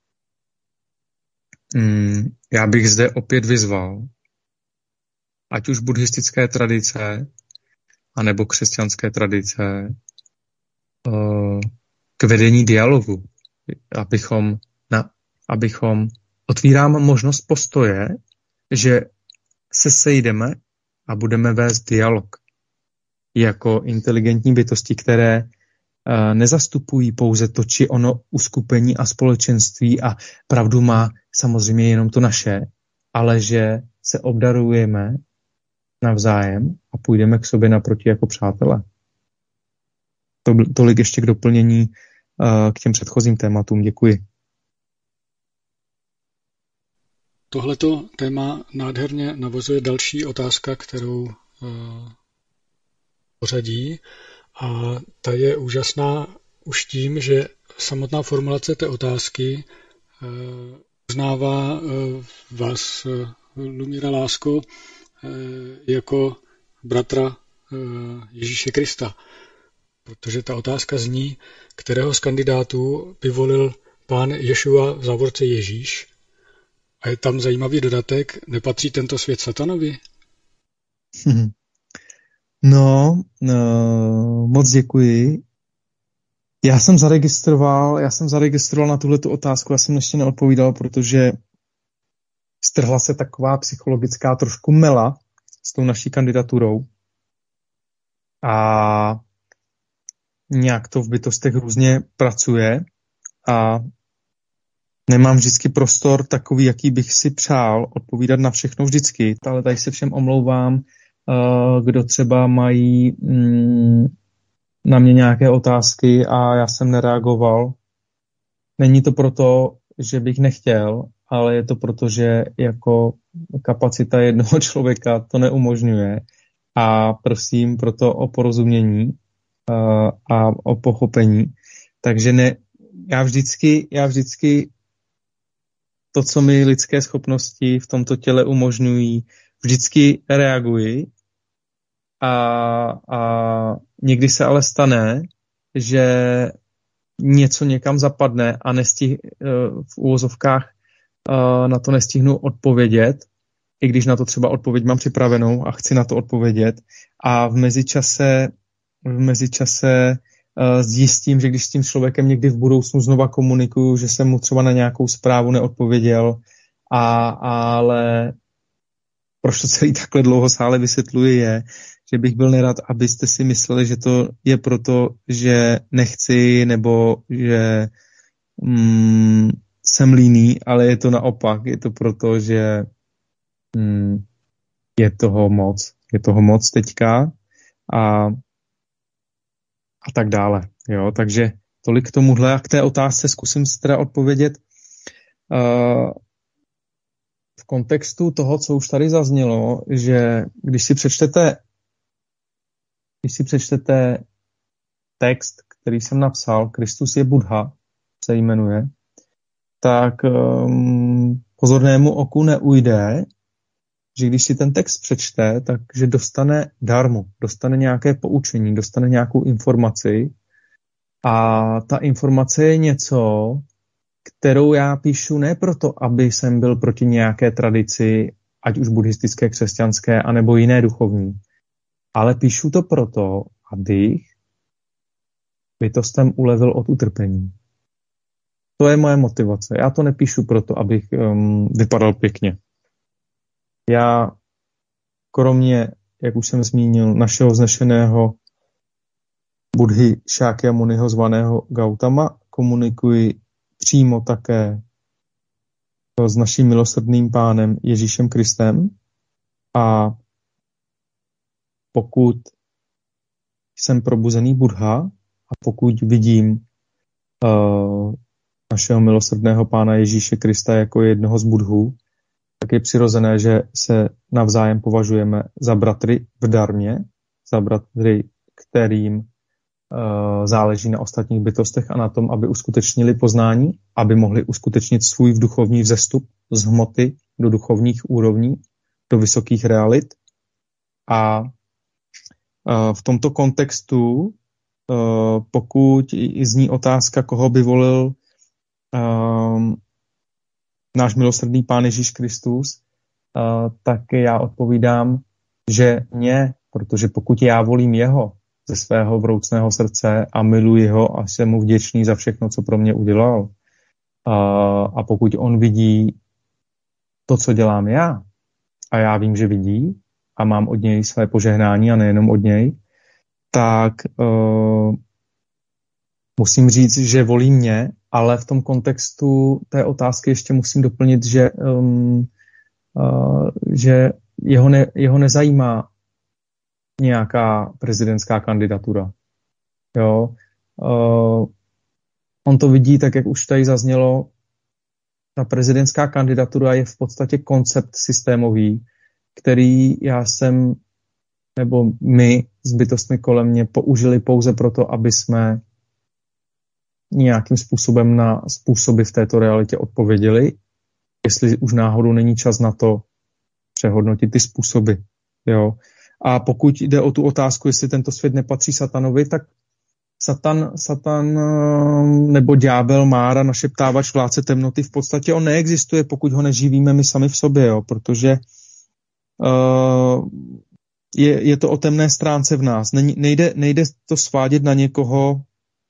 mm, já bych zde opět vyzval, ať už buddhistické tradice, anebo křesťanské tradice, uh, k vedení dialogu, abychom, na, abychom otvírám možnost postoje, že se sejdeme a budeme vést dialog jako inteligentní bytosti, které uh, nezastupují pouze to, či ono uskupení a společenství a pravdu má samozřejmě jenom to naše, ale že se obdarujeme navzájem a půjdeme k sobě naproti jako přátelé. To, tolik ještě k doplnění uh, k těm předchozím tématům. Děkuji. Tohleto téma nádherně navozuje další otázka, kterou uh, pořadí, a ta je úžasná už tím, že samotná formulace té otázky uh, uznává uh, vás, uh, Lumíra Lásko, uh, jako bratra uh, Ježíše Krista. Protože ta otázka zní, kterého z kandidátů by volil pán Ješua v závorce Ježíš. A je tam zajímavý dodatek, nepatří tento svět satanovi? No, no, moc děkuji. Já jsem zaregistroval, já jsem zaregistroval na tuhletu otázku, já jsem ještě neodpovídal, protože strhla se taková psychologická trošku mela s tou naší kandidaturou. A nějak to v bytostech různě pracuje a nemám vždycky prostor takový, jaký bych si přál odpovídat na všechno vždycky, ale tady se všem omlouvám, kdo třeba mají na mě nějaké otázky a já jsem nereagoval. Není to proto, že bych nechtěl, ale je to proto, že jako kapacita jednoho člověka to neumožňuje a prosím proto o porozumění a o pochopení. Takže ne, já vždycky, já vždycky to, co mi lidské schopnosti v tomto těle umožňují, vždycky reaguji a, a někdy se ale stane, že něco někam zapadne a nestih, v úvozovkách na to nestihnu odpovědět, i když na to třeba odpověď mám připravenou a chci na to odpovědět. A v mezičase, v mezičase uh, zjistím, že když s tím člověkem někdy v budoucnu znova komunikuju, že jsem mu třeba na nějakou zprávu neodpověděl, a, ale proč to celý takhle dlouho sále vysvětluji je, že bych byl nerad, abyste si mysleli, že to je proto, že nechci nebo že mm, jsem líný, ale je to naopak. Je to proto, že mm, je toho moc. Je toho moc teďka a, a tak dále. Jo? Takže tolik k tomuhle a k té otázce zkusím si teda odpovědět uh, v kontextu toho, co už tady zaznělo, že když si přečtete když si přečtete text, který jsem napsal, Kristus je Buddha, se jmenuje, tak um, pozornému oku neujde, že když si ten text přečte, takže dostane dharmu, dostane nějaké poučení, dostane nějakou informaci a ta informace je něco, kterou já píšu ne proto, aby jsem byl proti nějaké tradici ať už buddhistické, křesťanské, anebo jiné duchovní. Ale píšu to proto, abych bytostem ulevil od utrpení. To je moje motivace. Já to nepíšu proto, abych um, vypadal pěkně. Já, kromě, jak už jsem zmínil, našeho vznešeného Buddhy Šákyamuniho zvaného Gautama, komunikuji přímo také s naším milosrdným pánem Ježíšem Kristem a pokud jsem probuzený Buddha a pokud vidím uh, našeho milosrdného pána Ježíše Krista jako jednoho z Budhů, tak je přirozené, že se navzájem považujeme za bratry v darmě, za bratry, kterým uh, záleží na ostatních bytostech a na tom, aby uskutečnili poznání, aby mohli uskutečnit svůj duchovní vzestup z hmoty do duchovních úrovní, do vysokých realit. A uh, v tomto kontextu, uh, pokud zní otázka, koho by volil uh, náš milosrdný pán Ježíš Kristus, uh, tak já odpovídám, že mě, protože pokud já volím jeho ze svého vroucného srdce a miluji ho a jsem mu vděčný za všechno, co pro mě udělal, uh, a pokud on vidí to, co dělám já, a já vím, že vidí a mám od něj své požehnání a nejenom od něj, tak uh, musím říct, že volí mě, ale v tom kontextu té otázky ještě musím doplnit, že, um, uh, že jeho, ne, jeho nezajímá nějaká prezidentská kandidatura. Jo? Uh, on to vidí, tak jak už tady zaznělo, ta prezidentská kandidatura je v podstatě koncept systémový, který já jsem, nebo my s bytostmi kolem mě použili pouze proto, aby jsme nějakým způsobem na způsoby v této realitě odpověděli, jestli už náhodou není čas na to přehodnotit ty způsoby. Jo. A pokud jde o tu otázku, jestli tento svět nepatří satanovi, tak Satan, Satan nebo ďábel, Mára, našeptávač, vládce temnoty, v podstatě on neexistuje, pokud ho neživíme my sami v sobě, jo, protože uh, je, je to o temné stránce v nás. Není, nejde, nejde to svádět na někoho,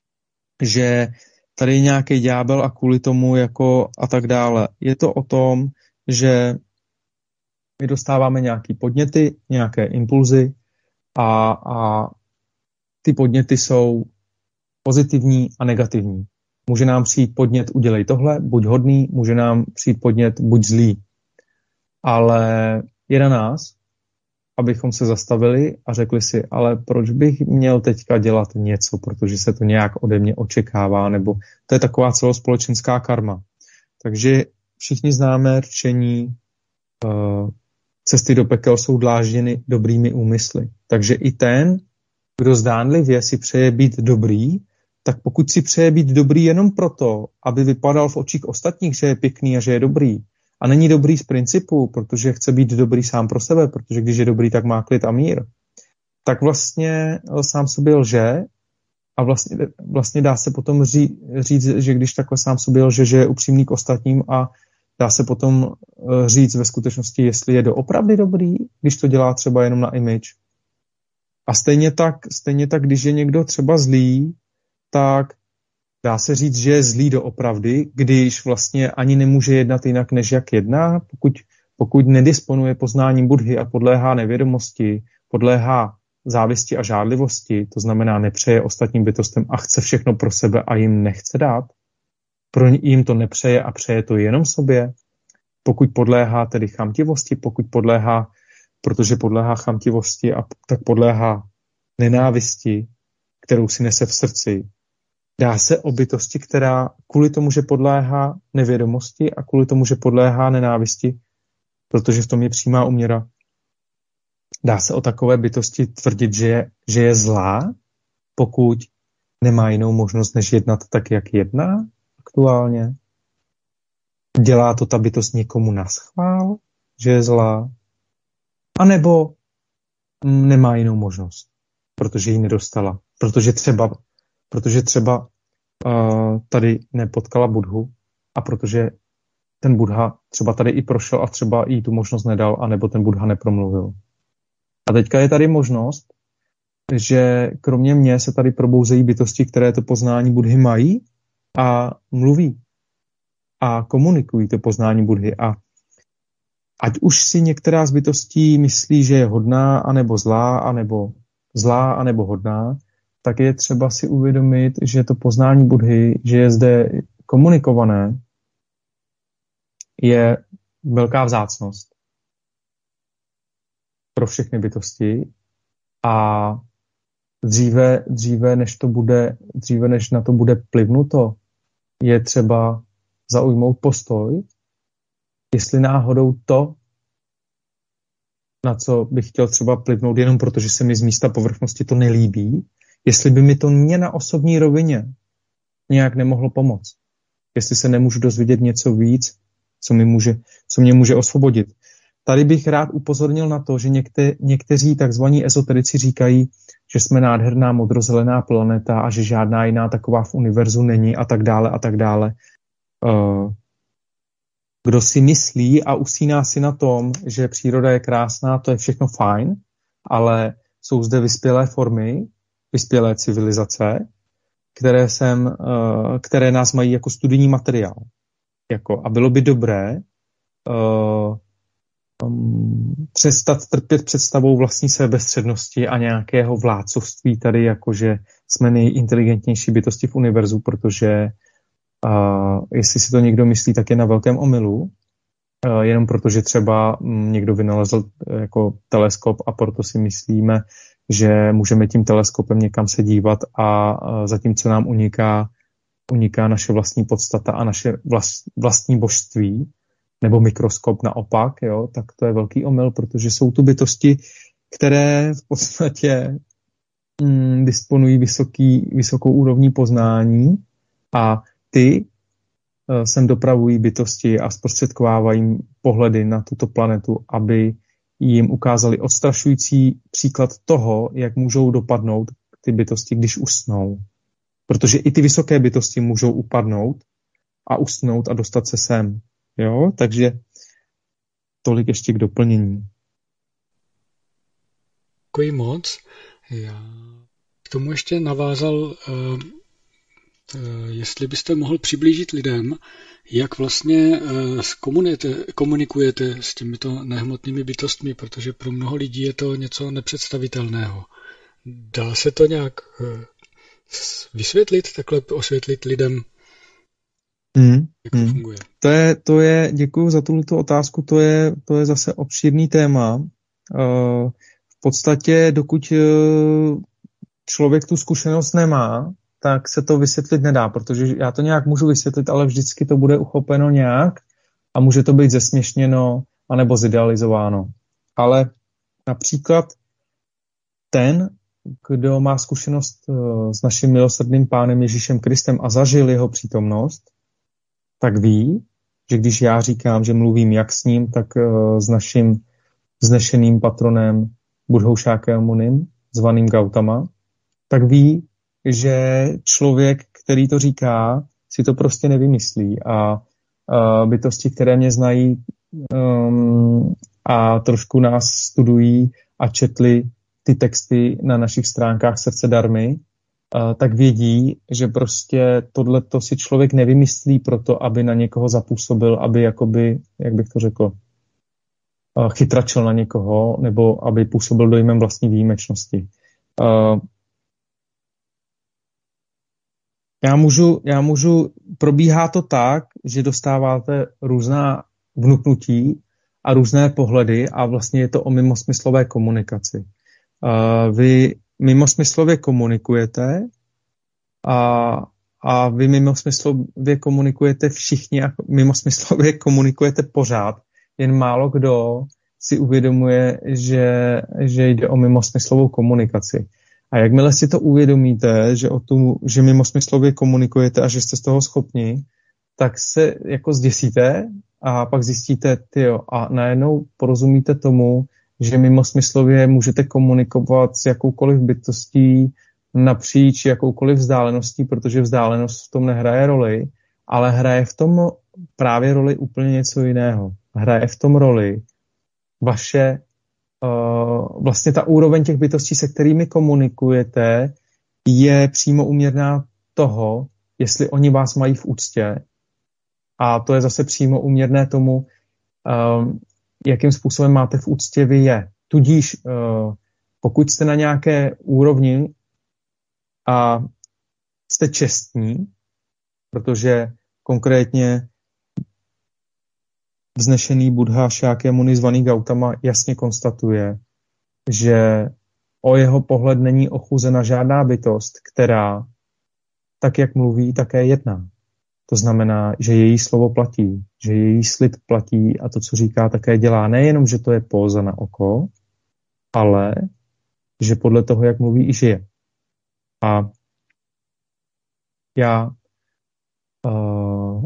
že tady je nějaký ďábel a kvůli tomu jako a tak dále. Je to o tom, že my dostáváme nějaké podněty, nějaké impulzy a, a ty podněty jsou pozitivní a negativní. Může nám přijít podnět udělej tohle, buď hodný, může nám přijít podnět buď zlý. Ale je na nás, abychom se zastavili a řekli si, ale proč bych měl teďka dělat něco, protože se to nějak ode mě očekává, nebo to je taková celospolečenská karma. Takže všichni známe řečení, uh, cesty do pekel jsou dlážděny dobrými úmysly. Takže i ten, kdo zdánlivě si přeje být dobrý, tak pokud si přeje být dobrý jenom proto, aby vypadal v očích ostatních, že je pěkný a že je dobrý, a není dobrý z principu, protože chce být dobrý sám pro sebe, protože když je dobrý, tak má klid a mír, tak vlastně sám sobě lže a vlastně, vlastně dá se potom ří, říct, že když takhle sám sobě lže, že je upřímný k ostatním a dá se potom říct ve skutečnosti, jestli je doopravdy dobrý, když to dělá třeba jenom na image. A stejně tak, stejně tak, když je někdo třeba zlý, tak dá se říct, že je zlý doopravdy, když vlastně ani nemůže jednat jinak, než jak jedná, pokud, pokud nedisponuje poznáním Buddhy a podléhá nevědomosti, podléhá závisti a žádlivosti, to znamená nepřeje ostatním bytostem a chce všechno pro sebe a jim nechce dát, pro jim to nepřeje a přeje to jenom sobě, pokud podléhá tedy chamtivosti, pokud podléhá, protože podléhá chamtivosti a tak podléhá nenávisti, kterou si nese v srdci, dá se o bytosti, která kvůli tomu, že podléhá nevědomosti a kvůli tomu, že podléhá nenávisti, protože v tom je přímá úměra, dá se o takové bytosti tvrdit, že je, že je zlá, pokud nemá jinou možnost, než jednat tak, jak jedná aktuálně. Dělá to ta bytost někomu naschvál, že je zlá, anebo nemá jinou možnost, protože ji nedostala, protože třeba protože třeba uh, tady nepotkala Buddhu a protože ten Buddha třeba tady i prošel a třeba jí tu možnost nedal, anebo ten Buddha nepromluvil. A teďka je tady možnost, že kromě mě se tady probouzejí bytosti, které to poznání Buddhy mají a mluví a komunikují to poznání Buddhy. A ať už si některá z bytostí myslí, že je hodná, anebo zlá, anebo zlá, anebo hodná, tak je třeba si uvědomit, že to poznání Buddhy, že je zde komunikované, je velká vzácnost pro všechny bytosti a dříve, dříve, než to bude, dříve než na to bude plivnuto, je třeba zaujmout postoj, jestli náhodou to, na co bych chtěl třeba plivnout jenom protože se mi z místa povrchnosti to nelíbí, jestli by mi to mě na osobní rovině nějak nemohlo pomoct. Jestli se nemůžu dozvědět něco víc, co, mi může, co mě může osvobodit. Tady bych rád upozornil na to, že někte, někteří takzvaní ezoterici říkají, že jsme nádherná modrozelená planeta a že žádná jiná taková v univerzu není a tak dále a tak dále. Kdo si myslí a usíná si na tom, že příroda je krásná, to je všechno fajn, ale jsou zde vyspělé formy, vyspělé civilizace, které, sem, které nás mají jako studijní materiál. Jako, a bylo by dobré uh, um, přestat trpět představou vlastní sebestřednosti a nějakého vládcovství tady, jakože jsme nejinteligentnější bytosti v univerzu, protože uh, jestli si to někdo myslí, tak je na velkém omylu, uh, jenom protože třeba um, někdo vynalezl uh, jako teleskop a proto si myslíme, že můžeme tím teleskopem někam se dívat a uh, zatímco nám uniká uniká naše vlastní podstata a naše vlast, vlastní božství, nebo mikroskop naopak, jo, tak to je velký omyl, protože jsou tu bytosti, které v podstatě mm, disponují vysoký, vysokou úrovní poznání a ty uh, sem dopravují bytosti a zprostředkovávají pohledy na tuto planetu, aby jim ukázali odstrašující příklad toho, jak můžou dopadnout ty bytosti, když usnou. Protože i ty vysoké bytosti můžou upadnout a usnout a dostat se sem. Jo? Takže tolik ještě k doplnění. Děkuji moc. Já k tomu ještě navázal, uh, uh, jestli byste mohl přiblížit lidem, jak vlastně uh, komunikujete, komunikujete s těmito nehmotnými bytostmi, protože pro mnoho lidí je to něco nepředstavitelného. Dá se to nějak uh, vysvětlit, takhle osvětlit lidem, mm, jak to mm. funguje? To je, to je, děkuji za tuto otázku, to je, to je zase obšírný téma. Uh, v podstatě, dokud uh, člověk tu zkušenost nemá, tak se to vysvětlit nedá, protože já to nějak můžu vysvětlit, ale vždycky to bude uchopeno nějak a může to být zesměšněno anebo zidealizováno. Ale například ten, kdo má zkušenost s naším milosrdným Pánem Ježíšem Kristem a zažil jeho přítomnost, tak ví, že když já říkám, že mluvím jak s ním, tak s naším vznešeným patronem Budhou Šákyamunim, zvaným Gautama, tak ví, že člověk, který to říká, si to prostě nevymyslí. A, a bytosti, které mě znají um, a trošku nás studují a četli ty texty na našich stránkách Srdce Dharmy, uh, tak vědí, že prostě tohleto si člověk nevymyslí proto, aby na někoho zapůsobil, aby jakoby, jak bych to řekl, uh, chytračil na někoho, nebo aby působil dojmem vlastní výjimečnosti. Uh, Já můžu, já můžu, probíhá to tak, že dostáváte různá vnuknutí a různé pohledy a vlastně je to o mimosmyslové komunikaci. Uh, vy mimosmyslově komunikujete a, a vy mimosmyslově komunikujete všichni a mimosmyslově komunikujete pořád. Jen málo kdo si uvědomuje, že, že jde o mimosmyslovou komunikaci. A jakmile si to uvědomíte, že, o tu, že mimosmyslově komunikujete a že jste z toho schopni, tak se jako zděsíte a pak zjistíte, tyjo, a najednou porozumíte tomu, že mimosmyslově můžete komunikovat s jakoukoliv bytostí napříč jakoukoliv vzdáleností, protože vzdálenost v tom nehraje roli, ale hraje v tom, právě roli úplně něco jiného. Hraje v tom roli vaše, uh, vlastně ta úroveň těch bytostí, se kterými komunikujete, je přímo úměrná toho, jestli oni vás mají v úctě. A to je zase přímo úměrné tomu, um, jakým způsobem máte v úctě vy je. Tudíž, uh, pokud jste na nějaké úrovni a jste čestní, protože konkrétně vznešený Buddha Šákyamuni zvaný Gautama jasně konstatuje, že o jeho pohled není ochuzena žádná bytost, která tak, jak mluví, také jedná. To znamená, že její slovo platí, že její slib platí a to, co říká, také dělá. Nejenom, že to je póza na oko, ale že podle toho, jak mluví, i žije. A já uh,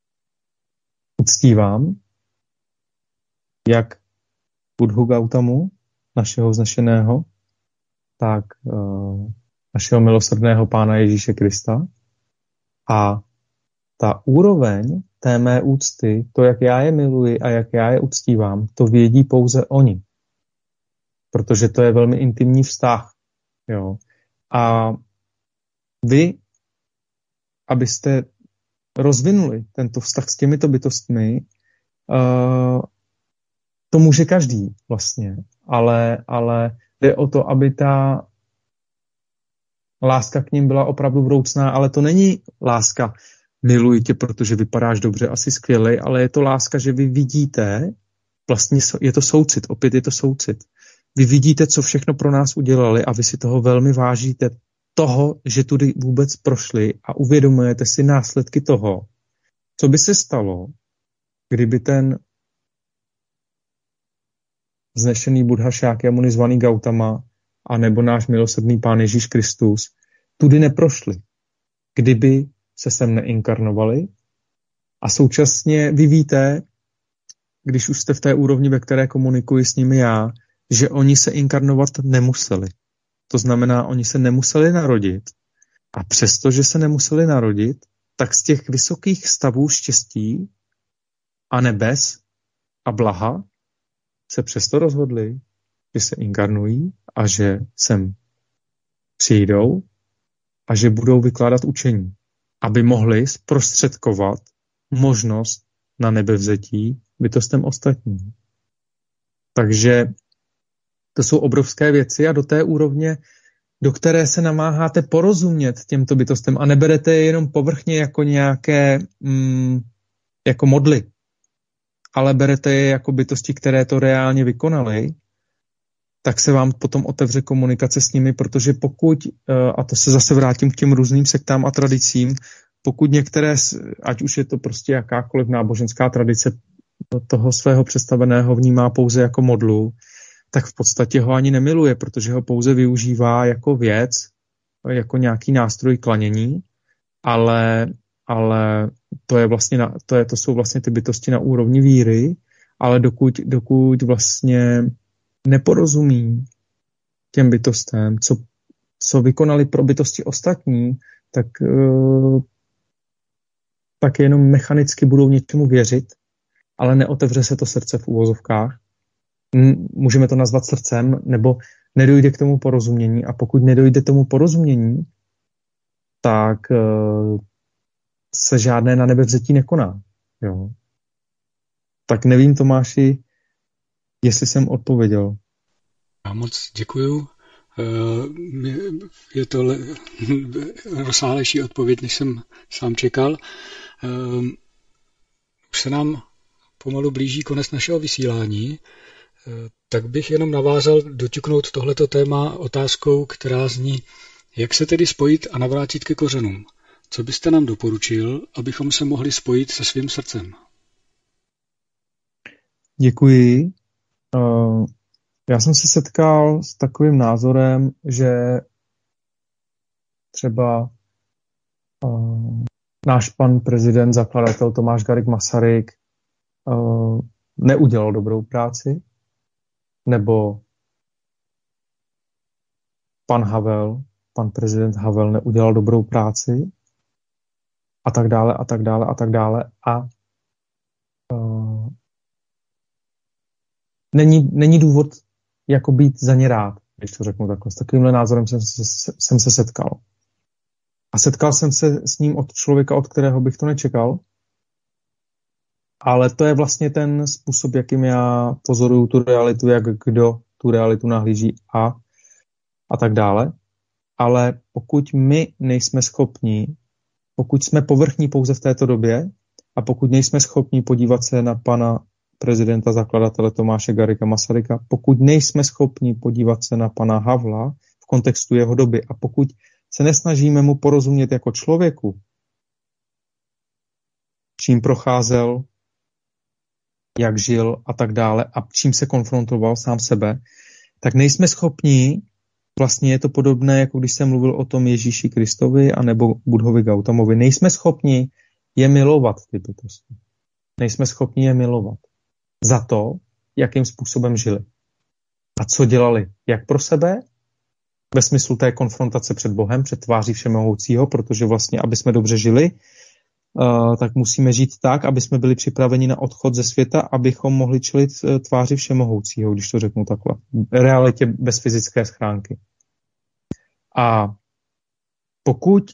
uctívám jak Buddhu Gautamu, našeho vznešeného, tak uh, našeho milosrdného Pána Ježíše Krista. A ta úroveň té mé úcty, to, jak já je miluji a jak já je uctívám, to vědí pouze oni. Protože to je velmi intimní vztah. Jo. A vy, abyste rozvinuli tento vztah s těmito bytostmi, uh, to může každý vlastně, ale, ale jde o to, aby ta láska k ním byla opravdu vroucná, ale to není láska miluji tě, protože vypadáš dobře, asi skvělej, ale je to láska, že vy vidíte, vlastně je to soucit, opět je to soucit. Vy vidíte, co všechno pro nás udělali a vy si toho velmi vážíte, toho, že tudy vůbec prošli a uvědomujete si následky toho, co by se stalo, kdyby ten vznešený Buddha Šákyamuni zvaný Gautama a nebo náš milosrdný Pán Ježíš Kristus tudy neprošli. Kdyby se sem neinkarnovali a současně vy víte, když už jste v té úrovni, ve které komunikuji s nimi já, že oni se inkarnovat nemuseli. To znamená, oni se nemuseli narodit a přesto, že se nemuseli narodit, tak z těch vysokých stavů štěstí a nebes a blaha se přesto rozhodli, že se inkarnují a že sem přijdou a že budou vykládat učení, aby mohli zprostředkovat možnost na nebevzetí bytostem ostatním. Takže to jsou obrovské věci a do té úrovně, do které se namáháte porozumět těmto bytostem a neberete je jenom povrchně jako nějaké mm, jako modly, ale berete je jako bytosti, které to reálně vykonaly, tak se vám potom otevře komunikace s nimi, protože pokud, a to se zase vrátím k těm různým sektám a tradicím, pokud některé, ať už je to prostě jakákoliv náboženská tradice, toho svého představeného vnímá pouze jako modlu, tak v podstatě ho ani nemiluje, protože ho pouze využívá jako věc, jako nějaký nástroj klanění, ale, ale to, je vlastně na, to, je, to jsou vlastně ty bytosti na úrovni víry, ale dokud, dokud vlastně neporozumí těm bytostem, co, co vykonali pro bytosti ostatní, tak, uh, tak jenom mechanicky budou něčemu věřit, ale neotevře se to srdce v úvozovkách. Můžeme to nazvat srdcem, nebo nedojde k tomu porozumění. A pokud nedojde tomu porozumění, tak uh, se žádné na nebevzetí nekoná. Jo. Tak nevím, Tomáši, jestli jsem odpověděl. Já moc děkuju. Je to rozsáhlejší odpověď, než jsem sám čekal. Už se nám pomalu blíží konec našeho vysílání, tak bych jenom navázal doťuknout tohleto téma otázkou, která zní, jak se tedy spojit a navrátit ke kořenům. Co byste nám doporučil, abychom se mohli spojit se svým srdcem? Děkuji. Uh, já jsem se setkal s takovým názorem, že třeba uh, náš pan prezident, zakladatel Tomáš Garrigue Masaryk uh, neudělal dobrou práci, nebo pan Havel, pan prezident Havel neudělal dobrou práci a tak dále a tak dále a tak dále. A uh, není, není důvod jako být za ně rád, když to řeknu takhle. S takovýmhle názorem jsem se, jsem se setkal. A setkal jsem se s ním od člověka, od kterého bych to nečekal. Ale to je vlastně ten způsob, jakým já pozoruju tu realitu, jak kdo tu realitu nahlíží a, a tak dále. Ale pokud my nejsme schopni, pokud jsme povrchní pouze v této době a pokud nejsme schopni podívat se na pana prezidenta, zakladatele Tomáše Garrigua Masaryka, pokud nejsme schopni podívat se na pana Havla v kontextu jeho doby a pokud se nesnažíme mu porozumět jako člověku, čím procházel, jak žil a tak dále a čím se konfrontoval sám sebe, tak nejsme schopni, vlastně je to podobné, jako když jsem mluvil o tom Ježíši Kristovi anebo Budhovi Gautamovi, nejsme schopni je milovat, ty bytosti. Nejsme schopni je milovat za to, jakým způsobem žili. A co dělali? Jak pro sebe? Ve smyslu té konfrontace před Bohem, před tváří Všemohoucího, protože vlastně, aby jsme dobře žili, Uh, tak musíme žít tak, aby jsme byli připraveni na odchod ze světa, abychom mohli čelit uh, tváři Všemohoucího, když to řeknu takhle. Realitě bez fyzické schránky. A pokud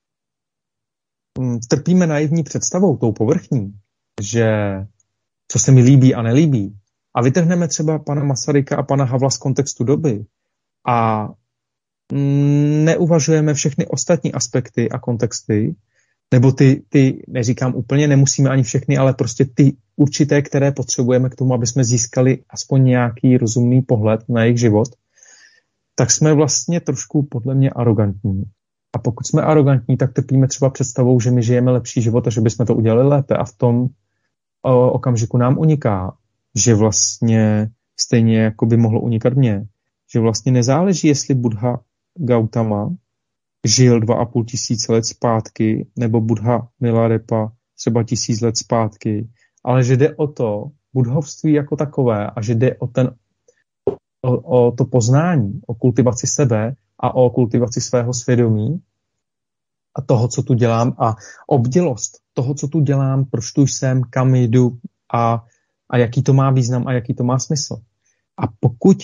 um, trpíme naivní představou, tou povrchní, že co se mi líbí a nelíbí, a vytrhneme třeba pana Masaryka a pana Havla z kontextu doby a um, neuvažujeme všechny ostatní aspekty a kontexty, nebo ty, ty, neříkám úplně, nemusíme ani všechny, ale prostě ty určité, které potřebujeme k tomu, aby jsme získali aspoň nějaký rozumný pohled na jejich život, tak jsme vlastně trošku podle mě arrogantní. A pokud jsme arrogantní, tak trpíme třeba představou, že my žijeme lepší život a že bychom to udělali lépe. A v tom o, okamžiku nám uniká, že vlastně stejně jako by mohlo unikat mně, že vlastně nezáleží, jestli Buddha Gautama žil dva a půl tisíce let zpátky, nebo Buddha Milarepa třeba tisíc let zpátky, ale že jde o to budhovství jako takové a že jde o, ten, o, o to poznání, o kultivaci sebe a o kultivaci svého svědomí a toho, co tu dělám a obdilost toho, co tu dělám, proč tu jsem, kam jdu a, a jaký to má význam a jaký to má smysl. A pokud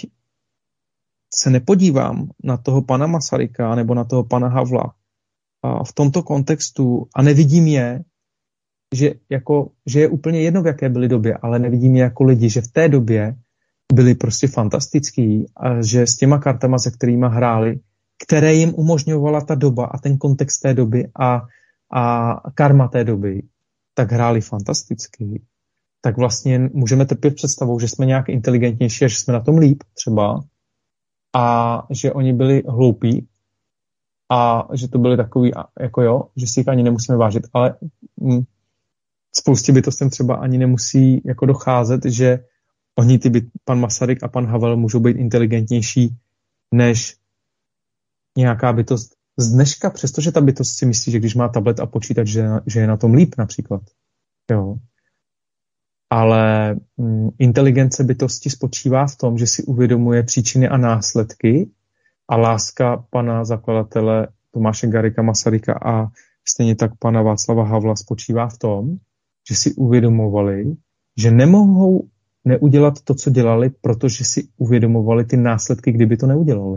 se nepodívám na toho pana Masaryka nebo na toho pana Havla a v tomto kontextu a nevidím je, že, jako, že je úplně jedno, v jaké byly době, ale nevidím je jako lidi, že v té době byli prostě fantastický a že s těma kartama, se kterými hráli, které jim umožňovala ta doba a ten kontext té doby a, a karma té doby, tak hráli fantasticky. Tak vlastně můžeme trpět představou, že jsme nějak inteligentnější a že jsme na tom líp třeba, a že oni byli hloupí a že to byli takový, jako jo, že si jich ani nemusíme vážit, ale hm, spoustě bytostem třeba ani nemusí jako docházet, že oni, ty byt, pan Masaryk a pan Havel, můžou být inteligentnější než nějaká bytost z dneška, přestože ta bytost si myslí, že když má tablet a počítač, že, že je na tom líp například. Jo. Ale hm, inteligence bytosti spočívá v tom, že si uvědomuje příčiny a následky a láska pana zakladatele Tomáše Garrigua Masaryka a stejně tak pana Václava Havla spočívá v tom, že si uvědomovali, že nemohou neudělat to, co dělali, protože si uvědomovali ty následky, kdyby to neudělali.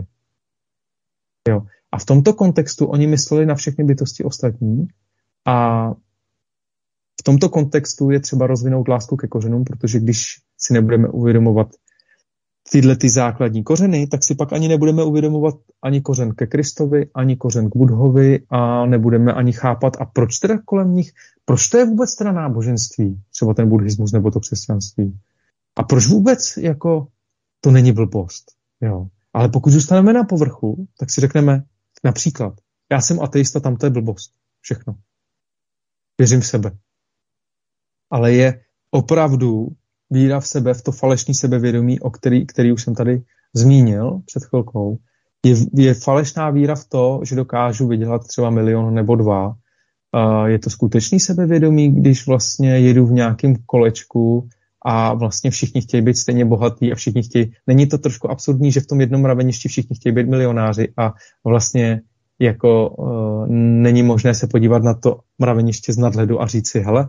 Jo. A v tomto kontextu oni mysleli na všechny bytosti ostatní a v tomto kontextu je třeba rozvinout lásku ke kořenům, protože když si nebudeme uvědomovat tyhle ty základní kořeny, tak si pak ani nebudeme uvědomovat ani kořen ke Kristovi, ani kořen k Budhovi a nebudeme ani chápat, a proč teda kolem nich, proč to je vůbec teda náboženství, třeba ten buddhismus nebo to křesťanství. A proč vůbec jako to není blbost. Jo. Ale pokud zůstaneme na povrchu, tak si řekneme například, já jsem ateista, tam to je blbost. Všechno. Věřím v sebe. Ale je opravdu víra v sebe, v to falešné sebevědomí, o který, který už jsem tady zmínil před chvilkou, je, je falešná víra v to, že dokážu vydělat třeba milion nebo dva. Uh, je to skutečný sebevědomí, když vlastně jedu v nějakém kolečku a vlastně všichni chtějí být stejně bohatí a všichni chtějí... Není to trošku absurdní, že v tom jednom mraveništi všichni chtějí být milionáři a vlastně jako uh, není možné se podívat na to mraveniště z nadhledu a říct si, hele,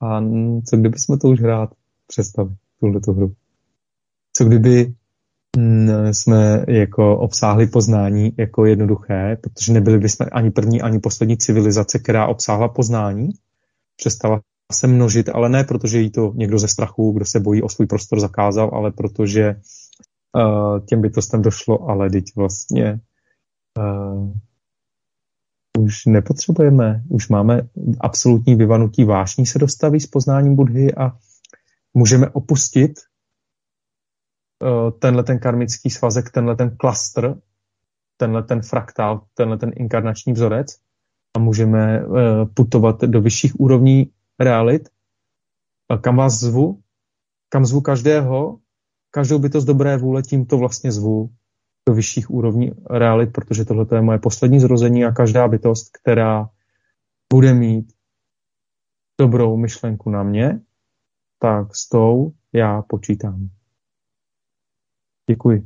A co kdyby jsme to už hrát přestali, tuhletu hru? Co kdyby jsme jako obsáhli poznání jako jednoduché, protože nebyli bychom ani první, ani poslední civilizace, která obsáhla poznání, přestala se množit, ale ne protože jí to někdo ze strachu, kdo se bojí o svůj prostor zakázal, ale protože uh, těm bytostem došlo, ale teď vlastně uh, už nepotřebujeme, už máme absolutní vyvanutí vášní se dostaví s poznáním Buddhy a můžeme opustit uh, tenhle ten karmický svazek, tenhle ten klastr, tenhle ten fraktál, tenhle ten inkarnační vzorec a můžeme uh, putovat do vyšších úrovní realit. A kam vás zvu? Kam zvu každého? Každou bytost dobré vůle tímto vlastně zvu do vyšších úrovní realit, protože tohle je moje poslední zrození a každá bytost, která bude mít dobrou myšlenku na mě, tak s tou já počítám. Děkuji.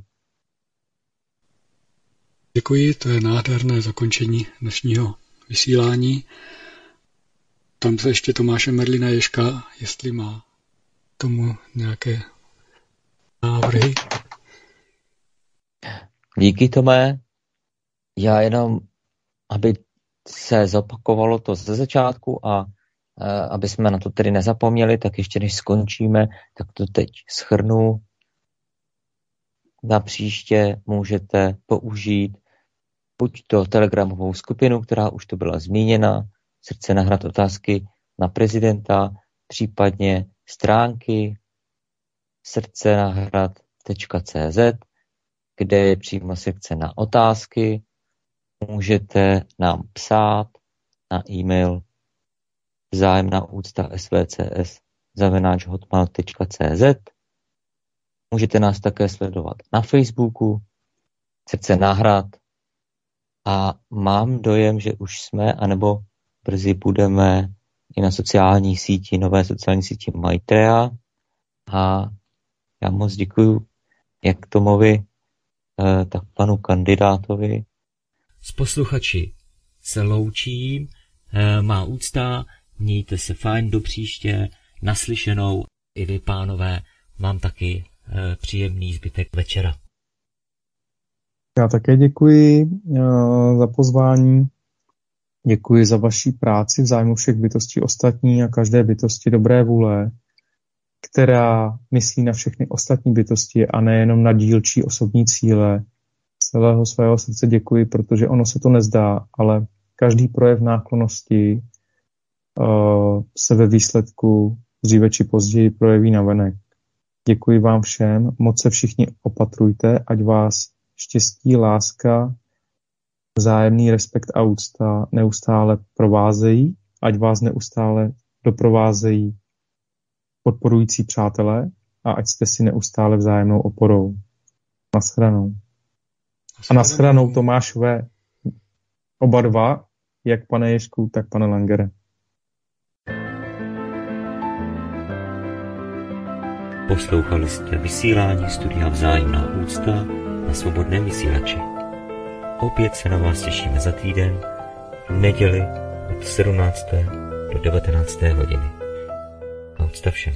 Děkuji, to je nádherné zakončení dnešního vysílání. Tam se ještě Tomáše Merlina Ježka, jestli má tomu nějaké návrhy. Díky, Tomé. Já jenom, aby se zopakovalo to ze začátku a e, aby jsme na to tedy nezapomněli, tak ještě než skončíme, tak to teď shrnu. Na příště můžete použít buď to telegramovou skupinu, která už to byla zmíněna, Srdce na hrad otázky na prezidenta, případně stránky srdcenahrad tečka cé zet, kde je přímo sekce na otázky. Můžete nám psát na e-mail vzájemná úcta svcs zavináč hotmail tečka cé zet. Můžete nás také sledovat na Facebooku Srdce na hrad a mám dojem, že už jsme, anebo brzy budeme i na sociální síti, nové sociální síti Maitreya a já moc děkuju jak Tomovi, tak panu kandidátovi. S posluchači se loučím, má úcta, mějte se fajn do příště, naslyšenou i vy, pánové, mám taky příjemný zbytek večera. Já také děkuji za pozvání, děkuji za vaši práci v zájmu všech bytostí ostatní a každé bytosti dobré vůle, která myslí na všechny ostatní bytosti a nejenom na dílčí osobní cíle. Celého svého srdce děkuji, protože ono se to nezdá, ale každý projev náklonnosti uh, se ve výsledku dříve či později projeví navenek. Děkuji vám všem, moc se všichni opatrujte, ať vás štěstí, láska, vzájemný respekt a úcta neustále provázejí, ať vás neustále doprovázejí podporující přátelé a ať jste si neustále vzájemnou oporou. Naschranou. A naschranou Tomášové oba dva, jak pane Ježku, tak pane Langere. Poslouchali jste vysílání studia Vzájemná úcta na Svobodném vysílači. Opět se na vás těšíme za týden, v neděli od sedmnácté do devatenácté hodiny. A úcta všem.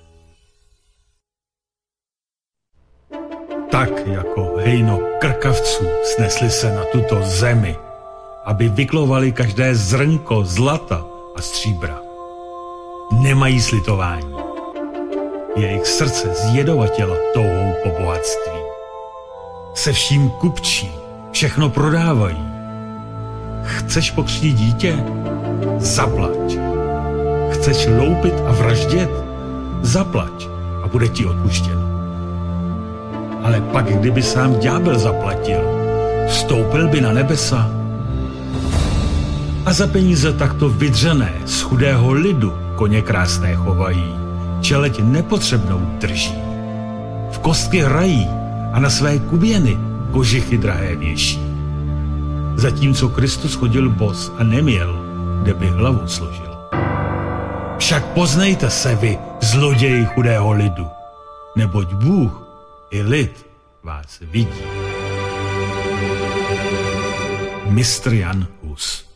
Tak jako hejno krkavců snesli se na tuto zemi, aby vyklovali každé zrnko zlata a stříbra. Nemají slitování. Jejich srdce zjedovatělo touhou po bohatství. Se vším kupčí, všechno prodávají. Chceš pokřtít dítě? Zaplať. Chceš loupit a vraždět? Zaplať a bude ti odpuštěno. Ale pak, kdyby sám ďábel zaplatil, vstoupil by na nebesa. A za peníze takto vydřené z chudého lidu koně krásné chovají, čeleť nepotřebnou drží. V kostky hrají a na své kuběny kožichy drahé věší. Zatímco Kristus chodil bos a neměl, kde by hlavu složil. Však poznejte se vy, zloději chudého lidu, neboť Bůh i lid vás vidí. mistr Jan Hus.